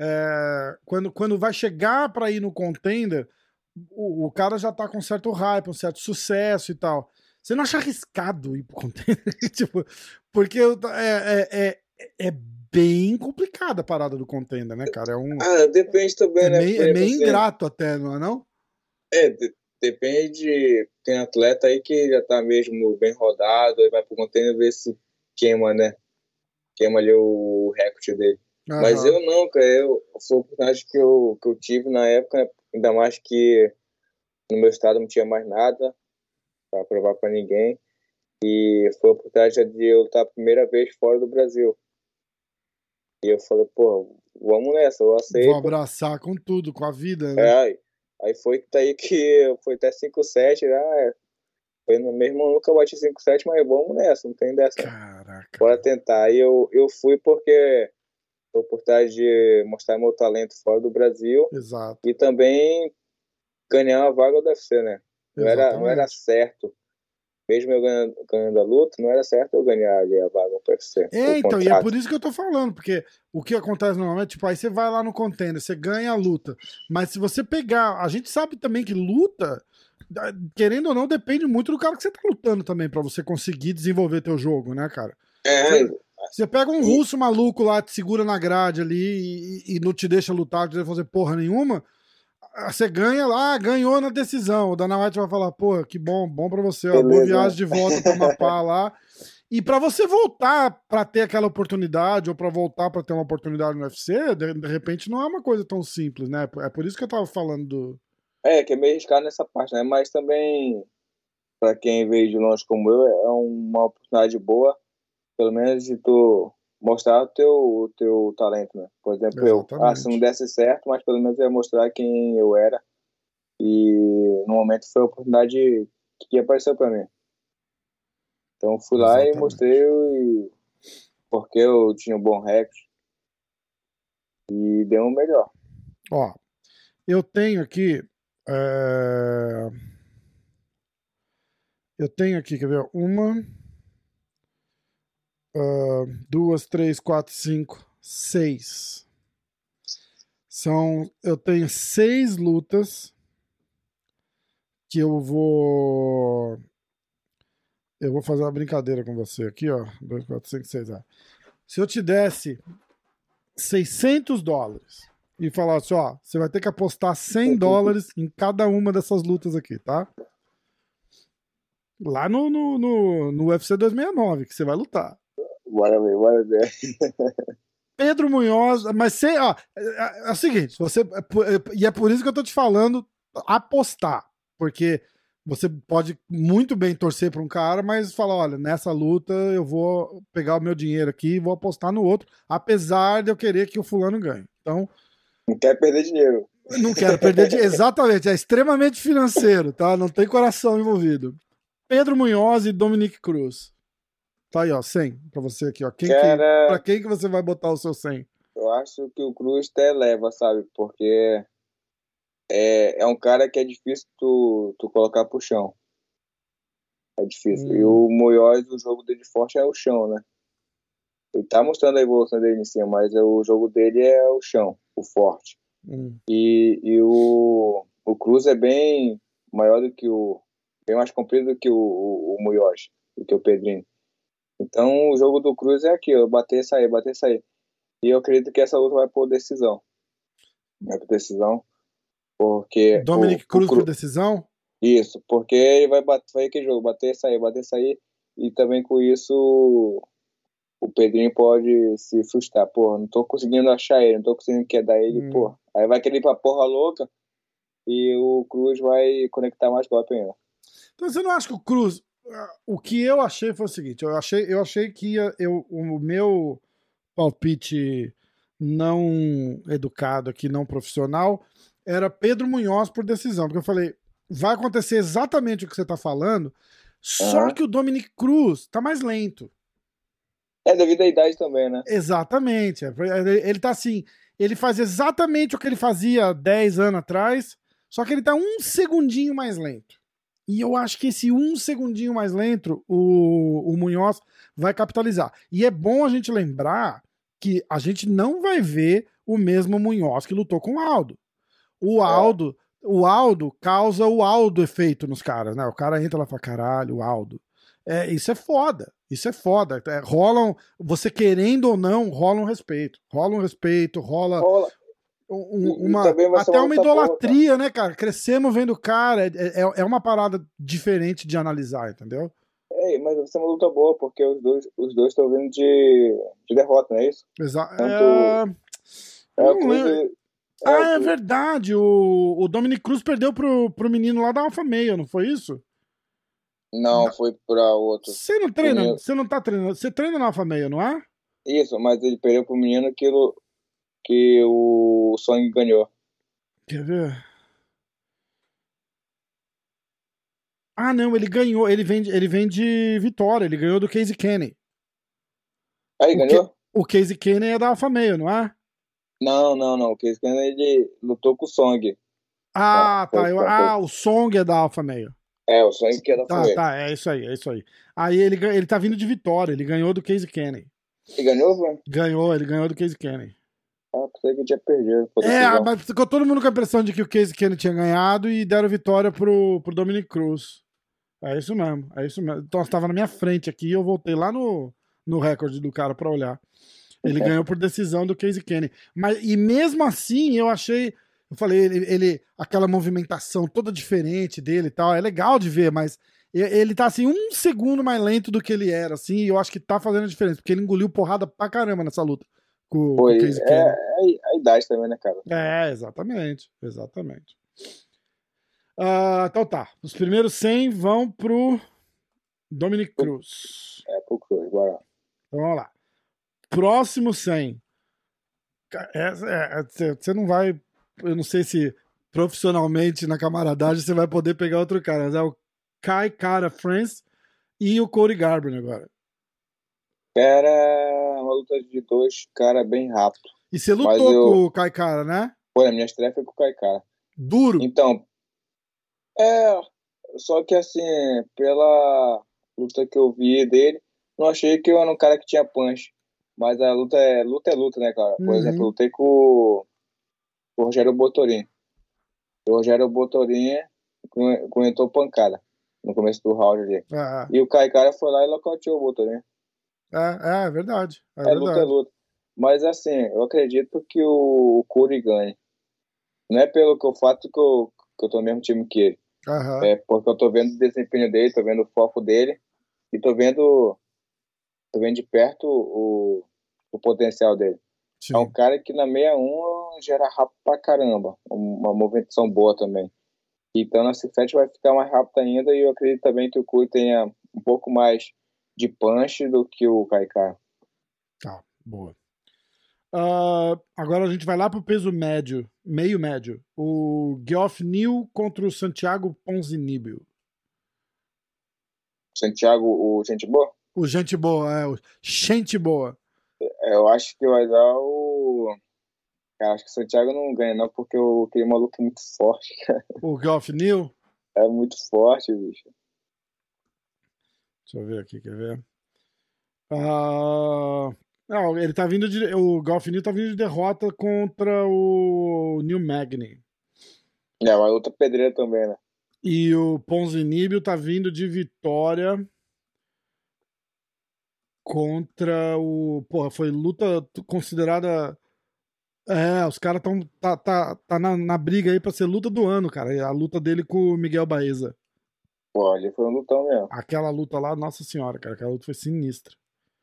quando vai chegar pra ir no contender, o cara já tá com um certo hype, um certo sucesso e tal. Você não acha arriscado ir pro contender? Tipo, porque é bem complicada a parada do contender, né, cara? Depende também, né? É meio ingrato até, não é não? Depende. Tem atleta aí que já tá mesmo bem rodado, aí vai pro contender ver se queima, né? Queima ali o recorde dele. Uhum. Mas eu não, cara. Foi a oportunidade que eu tive na época, né? Ainda mais que no meu estado não tinha mais nada pra provar pra ninguém. E foi a oportunidade de eu estar a primeira vez fora do Brasil. E eu falei, pô, vamos nessa, eu aceito. Vou abraçar com tudo, com a vida, né? Aí foi daí que foi até 5-7, né? Foi no mesmo ano que eu bati 5-7, mas vamos nessa, não tem dessa. Caraca. Bora tentar. Aí eu fui porque foi a oportunidade de mostrar meu talento fora do Brasil. Exato. E também ganhar uma vaga do UFC, né? Não era certo. Mesmo eu ganhando a luta, não era certo eu ganhar ali a vaga do UFC. Então, e é por isso que eu tô falando, porque o que acontece normalmente, tipo, aí você vai lá no contender, você ganha a luta, mas se você pegar, a gente sabe também que luta, querendo ou não, depende muito do cara que você tá lutando também, pra você conseguir desenvolver teu jogo, né, cara? Você pega um russo maluco lá, te segura na grade ali e não te deixa lutar, não te deixa fazer porra nenhuma, você ganha lá, ganhou na decisão. O Dana White vai falar, pô, que bom pra você, ó, boa viagem de volta pro Amapá lá. E pra você voltar pra ter aquela oportunidade, ou pra voltar pra ter uma oportunidade no UFC, de repente não é uma coisa tão simples, né? É por isso que eu tava falando do... que é meio arriscado nessa parte, né? Mas também, pra quem veio de longe como eu, é uma oportunidade boa, pelo menos de tu mostrar o teu talento, né? Por exemplo, se não desse certo, mas pelo menos eu ia mostrar quem eu era. E no momento foi a oportunidade que apareceu pra mim. Então fui lá e mostrei porque eu tinha um bom recorde e deu o melhor. Ó, eu tenho aqui quer ver? 2, 3, 4, 5, 6. Eu tenho 6 lutas que eu vou fazer uma brincadeira com você aqui, ó. 2, 4, 5, 6. Se eu te desse $600 e falasse, ó, você vai ter que apostar $100 em cada uma dessas lutas aqui, tá? Lá no UFC 269, que você vai lutar. Bora ver. Pedro Munhoz, mas você, ó, é o seguinte, e é por isso que eu tô te falando apostar, porque você pode muito bem torcer para um cara, mas falar, olha, nessa luta eu vou pegar o meu dinheiro aqui e vou apostar no outro, apesar de eu querer que o fulano ganhe. Então, não quero perder dinheiro. Não quero perder dinheiro, exatamente, é extremamente financeiro, tá? Não tem coração envolvido. Pedro Munhoz e Dominick Cruz. Tá aí, ó, 100 pra você aqui, ó. Pra quem que você vai botar o seu 100? Eu acho que o Cruz até leva, sabe? Porque é um cara que é difícil tu colocar pro chão. É difícil. E o Munhoz, o jogo dele forte é o chão, né? Ele tá mostrando a evolução dele em cima, mas o jogo dele é o chão, o forte. E o Cruz é bem maior do que bem mais comprido do que o Munhoz, do que o Pedrinho. Então o jogo do Cruz é aqui, ó, bater e sair. E eu acredito que essa luta vai por decisão. Vai por decisão. Porque Dominick Cruz por decisão? Isso, porque ele vai aquele jogo, bater e sair. E também com isso o Pedrinho pode se frustrar. Pô, não tô conseguindo achar ele, não tô conseguindo quedar ele, pô. Aí vai querer ir pra porra louca e o Cruz vai conectar mais golpe ainda. Então você não acha que o Cruz... O que eu achei foi o seguinte, eu achei que o meu palpite não educado aqui, não profissional, era Pedro Munhoz por decisão, porque eu falei, vai acontecer exatamente o que você tá falando, só que o Dominick Cruz tá mais lento. É devido à idade também, né? Exatamente. Ele tá assim, ele faz exatamente o que ele fazia 10 anos atrás, Só que ele tá um segundinho mais lento. E eu acho que esse um segundinho mais lento, o Munhoz vai capitalizar. E é bom a gente lembrar que a gente não vai ver o mesmo Munhoz que lutou com o Aldo. O Aldo causa o Aldo efeito nos caras, né? O cara entra lá e fala, caralho, o Aldo. Isso é foda. Isso é foda. Você querendo ou não, rola um respeito. Rola até uma idolatria, boa, né, cara? Crescemos vendo o cara. É uma parada diferente de analisar, entendeu? Mas vai ser uma luta boa, porque os dois estão vindo de derrota, não é isso? Exato. É verdade. O Dominick Cruz perdeu pro menino lá da Alpha Male, não foi isso? Não, foi pra outro. Você não treina? Menino... Você não tá treinando? Você treina na Alpha Male, não é? Isso, mas ele perdeu pro menino que o Song ganhou. Quer ver? Ah, não, ele ganhou. Ele vem de vitória. Ele ganhou do Casey Kenny. Ele ganhou? O Casey Kenny é da Alpha Male, não é? Não. O Casey Kenny ele lutou com o Song. O Song é da Alpha Male. O Song que é da Alpha Male. Tá, é isso aí. Aí ele tá vindo de vitória. Ele ganhou do Casey Kenny. Ele ganhou, velho? Ele ganhou do Casey Kenny. Pensei que tinha perdido. Mas ficou todo mundo com a impressão de que o Casey Kenny tinha ganhado e deram vitória pro Dominick Cruz. É isso mesmo. Então, estava na minha frente aqui e eu voltei lá no recorde do cara pra olhar. Ele ganhou por decisão do Casey Kenny. E mesmo assim, eu falei, aquela movimentação toda diferente dele e tal, é legal de ver, mas ele tá assim, um segundo mais lento do que ele era, assim, e eu acho que tá fazendo a diferença, porque ele engoliu porrada pra caramba nessa luta. Com o Casey Kenny. A idade também, né, cara? Exatamente. Então tá. Os primeiros 100 vão pro Dominick Cruz. Pro Cruz, bora. Então vamos lá. Próximo 100. Você não vai... Eu não sei se profissionalmente na camaradagem você vai poder pegar outro cara. Mas é o Kai Kara France e o Cody Garbrandt agora. Era uma luta de dois caras bem rápido. E você lutou com o Kai Kara, né? A minha estreia foi com o Kai Kara. Duro? Então, só que assim, pela luta que eu vi dele, não achei que eu era um cara que tinha punch. Mas a luta é luta, né, cara? Por exemplo, eu lutei com o Rogério Botorin. O Rogério Botorin aguentou pancada no começo do round ali. E o Kai Kara foi lá e nocauteou o Botorin. É verdade. Luta. Mas assim, eu acredito que o Cody ganhe. Não é pelo fato que eu tô no mesmo time que ele. É porque eu tô vendo o desempenho dele, tô vendo o foco dele e tô vendo de perto o potencial dele. Sim. É um cara que na 61 gera rápido pra caramba. Uma movimentação boa também. Então na C7 vai ficar mais rápido ainda e eu acredito também que o Cody tenha um pouco mais de punch do que o Kai Kara. Tá, boa. Agora a gente vai lá pro peso médio, meio médio. O Geoff Neal contra o Santiago Ponzinibbio. Santiago, o gente boa? O gente boa, o gente boa. Eu acho que vai dar o... Cara, acho que o Santiago não ganha não, porque aquele maluco é muito forte, cara. O Geoff Neal? É muito forte, bicho. Deixa eu ver aqui, quer ver? Ele tá vindo o Geoff Neal tá vindo de derrota contra o Neil Magny. Uma outra pedreira também, né? E o Ponzinibbio tá vindo de vitória contra o... Porra, foi luta considerada... os caras tá na briga aí pra ser luta do ano, cara. A luta dele com o Miguel Baeza. Pô, ali foi um lutão mesmo. Aquela luta lá, nossa senhora, cara. Aquela luta foi sinistra.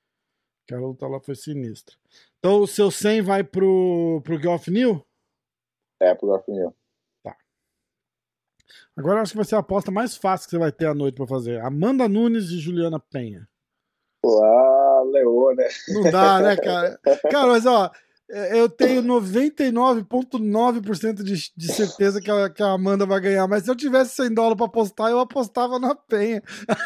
Então o seu 100 vai pro Geoff Neal? Pro Geoff Neal. Tá. Agora eu acho que vai ser a aposta mais fácil que você vai ter à noite pra fazer. Amanda Nunes e Juliana Penha. Pô, Leô, né? Não dá, né, cara? Cara, mas ó, Eu tenho 99,9% de certeza que a Amanda vai ganhar, mas se eu tivesse $100 pra apostar, eu apostava na Penha.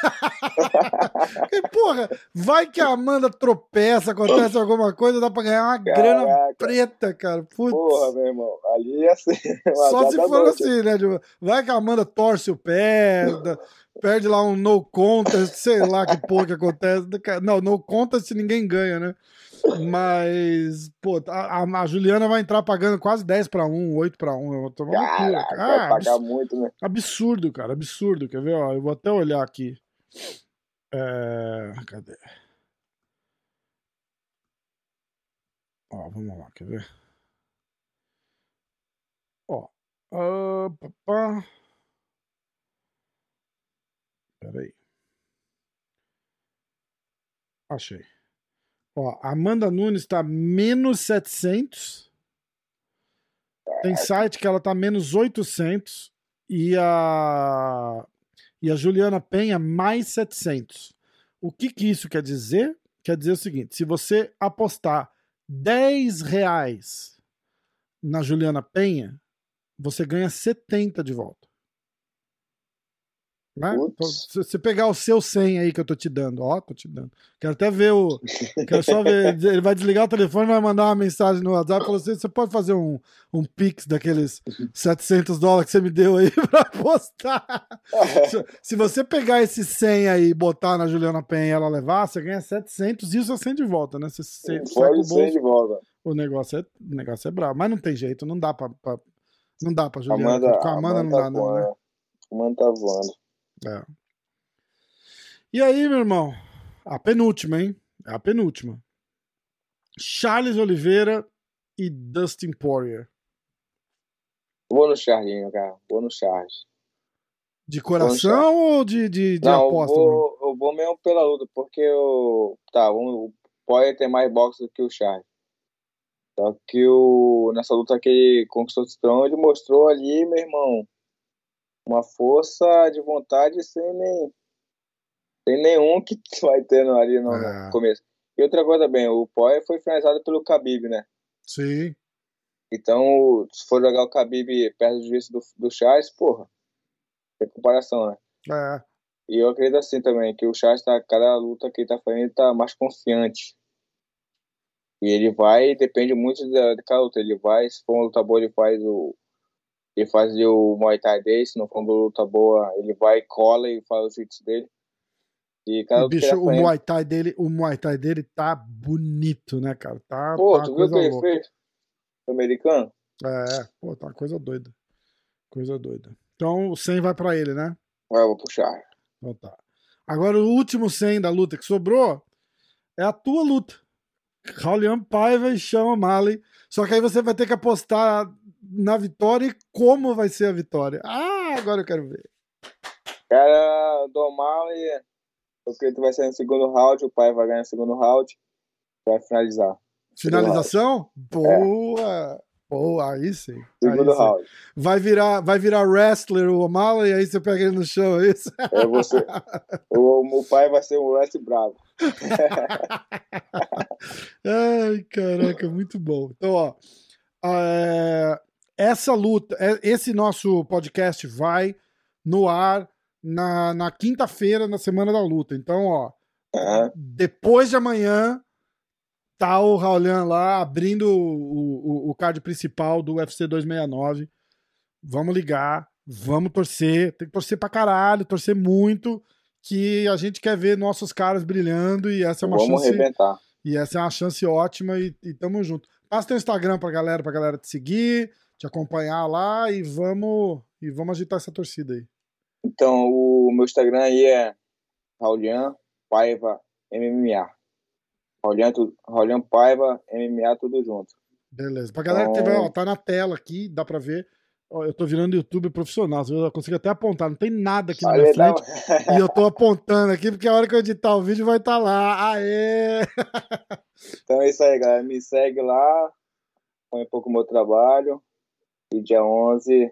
E, porra, vai que a Amanda tropeça, acontece alguma coisa, dá pra ganhar uma grana preta, cara. Putz. Porra, meu irmão, ali ia ser. Só se for assim, né? Vai que a Amanda torce o pé, perde lá um no contest, sei lá que porra que acontece. Não, no contest ninguém ganha, né? Mas, pô, a Juliana vai entrar pagando quase 10-1, 8-1. Eu vou tomar uma loucura. Vai pagar muito, né? Absurdo, cara, absurdo. Quer ver? Ó, eu vou até olhar aqui. Cadê? Ó, vamos lá, quer ver? Ó. Peraí. Achei. Ó, Amanda Nunes tá menos 700. Tem site que ela tá menos 800. E a Juliana Penha mais 700. O que isso quer dizer? Quer dizer o seguinte, se você apostar R$10 na Juliana Penha, você ganha 70 de volta. Né? Então, se você pegar o seu 100 aí que eu tô te dando, ó, tô te dando. Quero até ver quero só ver. Ele vai desligar o telefone, vai mandar uma mensagem no WhatsApp e falou assim: você pode fazer um Pix daqueles $700 que você me deu aí pra apostar. Se você pegar esse 100 aí e botar na Juliana Penha e ela levar, você ganha 700 e isso é 100 de volta, né? Você sai com o bolso. De volta. O negócio é bravo. Mas não tem jeito, não dá pra Juliana. Com a Amanda não dá, não, né? A Amanda tá voando. É. E aí, meu irmão? A penúltima, hein? É a penúltima. Charles Oliveira e Dustin Poirier. Vou no Charlinho, cara. Vou no Charles. De coração ou de não, aposta? Eu vou mesmo pela luta, porque o Poirier tem mais boxe do que o Charles. Só que nessa luta que ele conquistou o cinturão, ele mostrou ali, meu irmão, uma força de vontade sem nenhum que vai tendo ali no começo. E outra coisa bem, o Poirier foi finalizado pelo Khabib, né? Sim. Então, se for jogar o Khabib perto do juízo do Charles, porra, tem comparação, né? E eu acredito assim também, que o Charles, cada luta que ele tá fazendo, ele tá mais confiante. E ele depende muito de cada luta. Ele vai, se for uma luta boa, ele faz o Muay Thai dele, se não for uma luta boa, ele vai, cola e faz o jiu-jitsu dele. E cada luta bicho, o Muay Thai dele tá bonito, né, cara? Pô, tu viu o que ele fez? O americano? Pô, tá uma coisa doida. Coisa doida. Então o 100 vai pra ele, né? Eu vou puxar. Então tá. Agora o último 100 da luta que sobrou é a tua luta. Raulian Paiva e Sean O'Malley. Só que aí você vai ter que apostar na vitória e como vai ser a vitória. Agora eu quero ver. Cara, do O'Malley, porque tu vai ser no segundo round, o Paiva vai ganhar no segundo round, vai finalizar. Finalização? Boa! Boa, aí sim. Segundo round. Vai virar wrestler o O'Malley, aí você pega ele no chão, é isso? O pai vai ser um wrestler bravo. Ai, caraca, muito bom. Então, ó, essa luta, esse nosso podcast vai no ar na quinta-feira, na semana da luta. Então, ó, depois de amanhã tá o Raulian lá abrindo o card principal do UFC 269. Vamos ligar, vamos torcer. Tem que torcer pra caralho, torcer muito, que a gente quer ver nossos caras brilhando e essa é uma chance. Vamos arrebentar. E essa é uma chance ótima e tamo junto. Passa teu Instagram pra galera te seguir, te acompanhar lá e vamos agitar essa torcida aí. Então, o meu Instagram aí é Raulian Paiva MMA. Raulian Paiva MMA, tudo junto. Beleza. Pra galera que tiver, tá na tela aqui, dá pra ver. Ó, eu tô virando youtuber profissional, eu consigo até apontar, não tem nada aqui na minha frente. E eu tô apontando aqui, porque a hora que eu editar o vídeo vai estar lá. Aê! Então é isso aí, galera. Me segue lá, põe um pouco o meu trabalho. E dia 11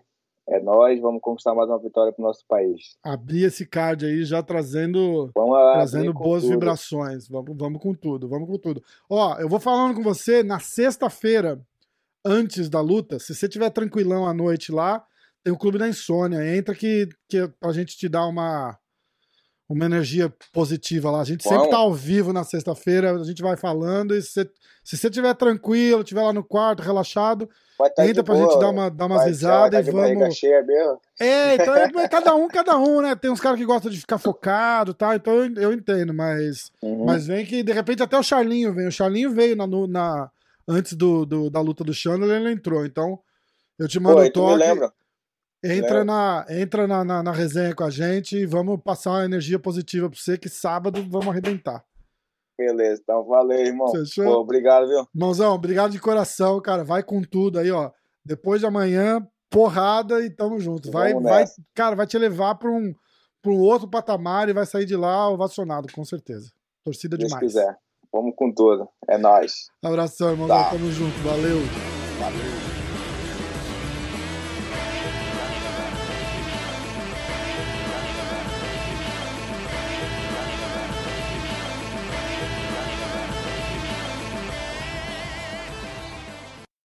É nóis, vamos conquistar mais uma vitória pro nosso país. Abrir esse card aí já trazendo boas tudo. Vibrações. Vamos com tudo, vamos com tudo. Ó, eu vou falando com você na sexta-feira, antes da luta, se você estiver tranquilão à noite lá, tem o Clube da Insônia. Entra que a gente te dá uma energia positiva lá. A gente sempre tá ao vivo na sexta-feira, a gente vai falando, e se você estiver tranquilo, estiver lá no quarto, relaxado, entra pra gente dar umas risadas e vamos... cheia mesmo. Então é cada um, né? Tem uns caras que gostam de ficar focado, tá? Então eu entendo, mas vem que de repente até o Charlinho vem. O Charlinho veio antes da luta do Chandler, ele entrou. Então eu te mando o toque. Entra na resenha com a gente e vamos passar uma energia positiva pra você, que sábado vamos arrebentar. Beleza, então valeu, irmão. Fechou? Pô, obrigado, viu? Irmãozão, obrigado de coração, cara. Vai com tudo aí, ó. Depois de amanhã, porrada e tamo junto. Cara, vai te levar pra um outro patamar e vai sair de lá ovacionado, com certeza. Torcida demais. Se quiser. Vamos com tudo. É nóis. Abração, irmãozão. Tamo junto. Valeu. Valeu.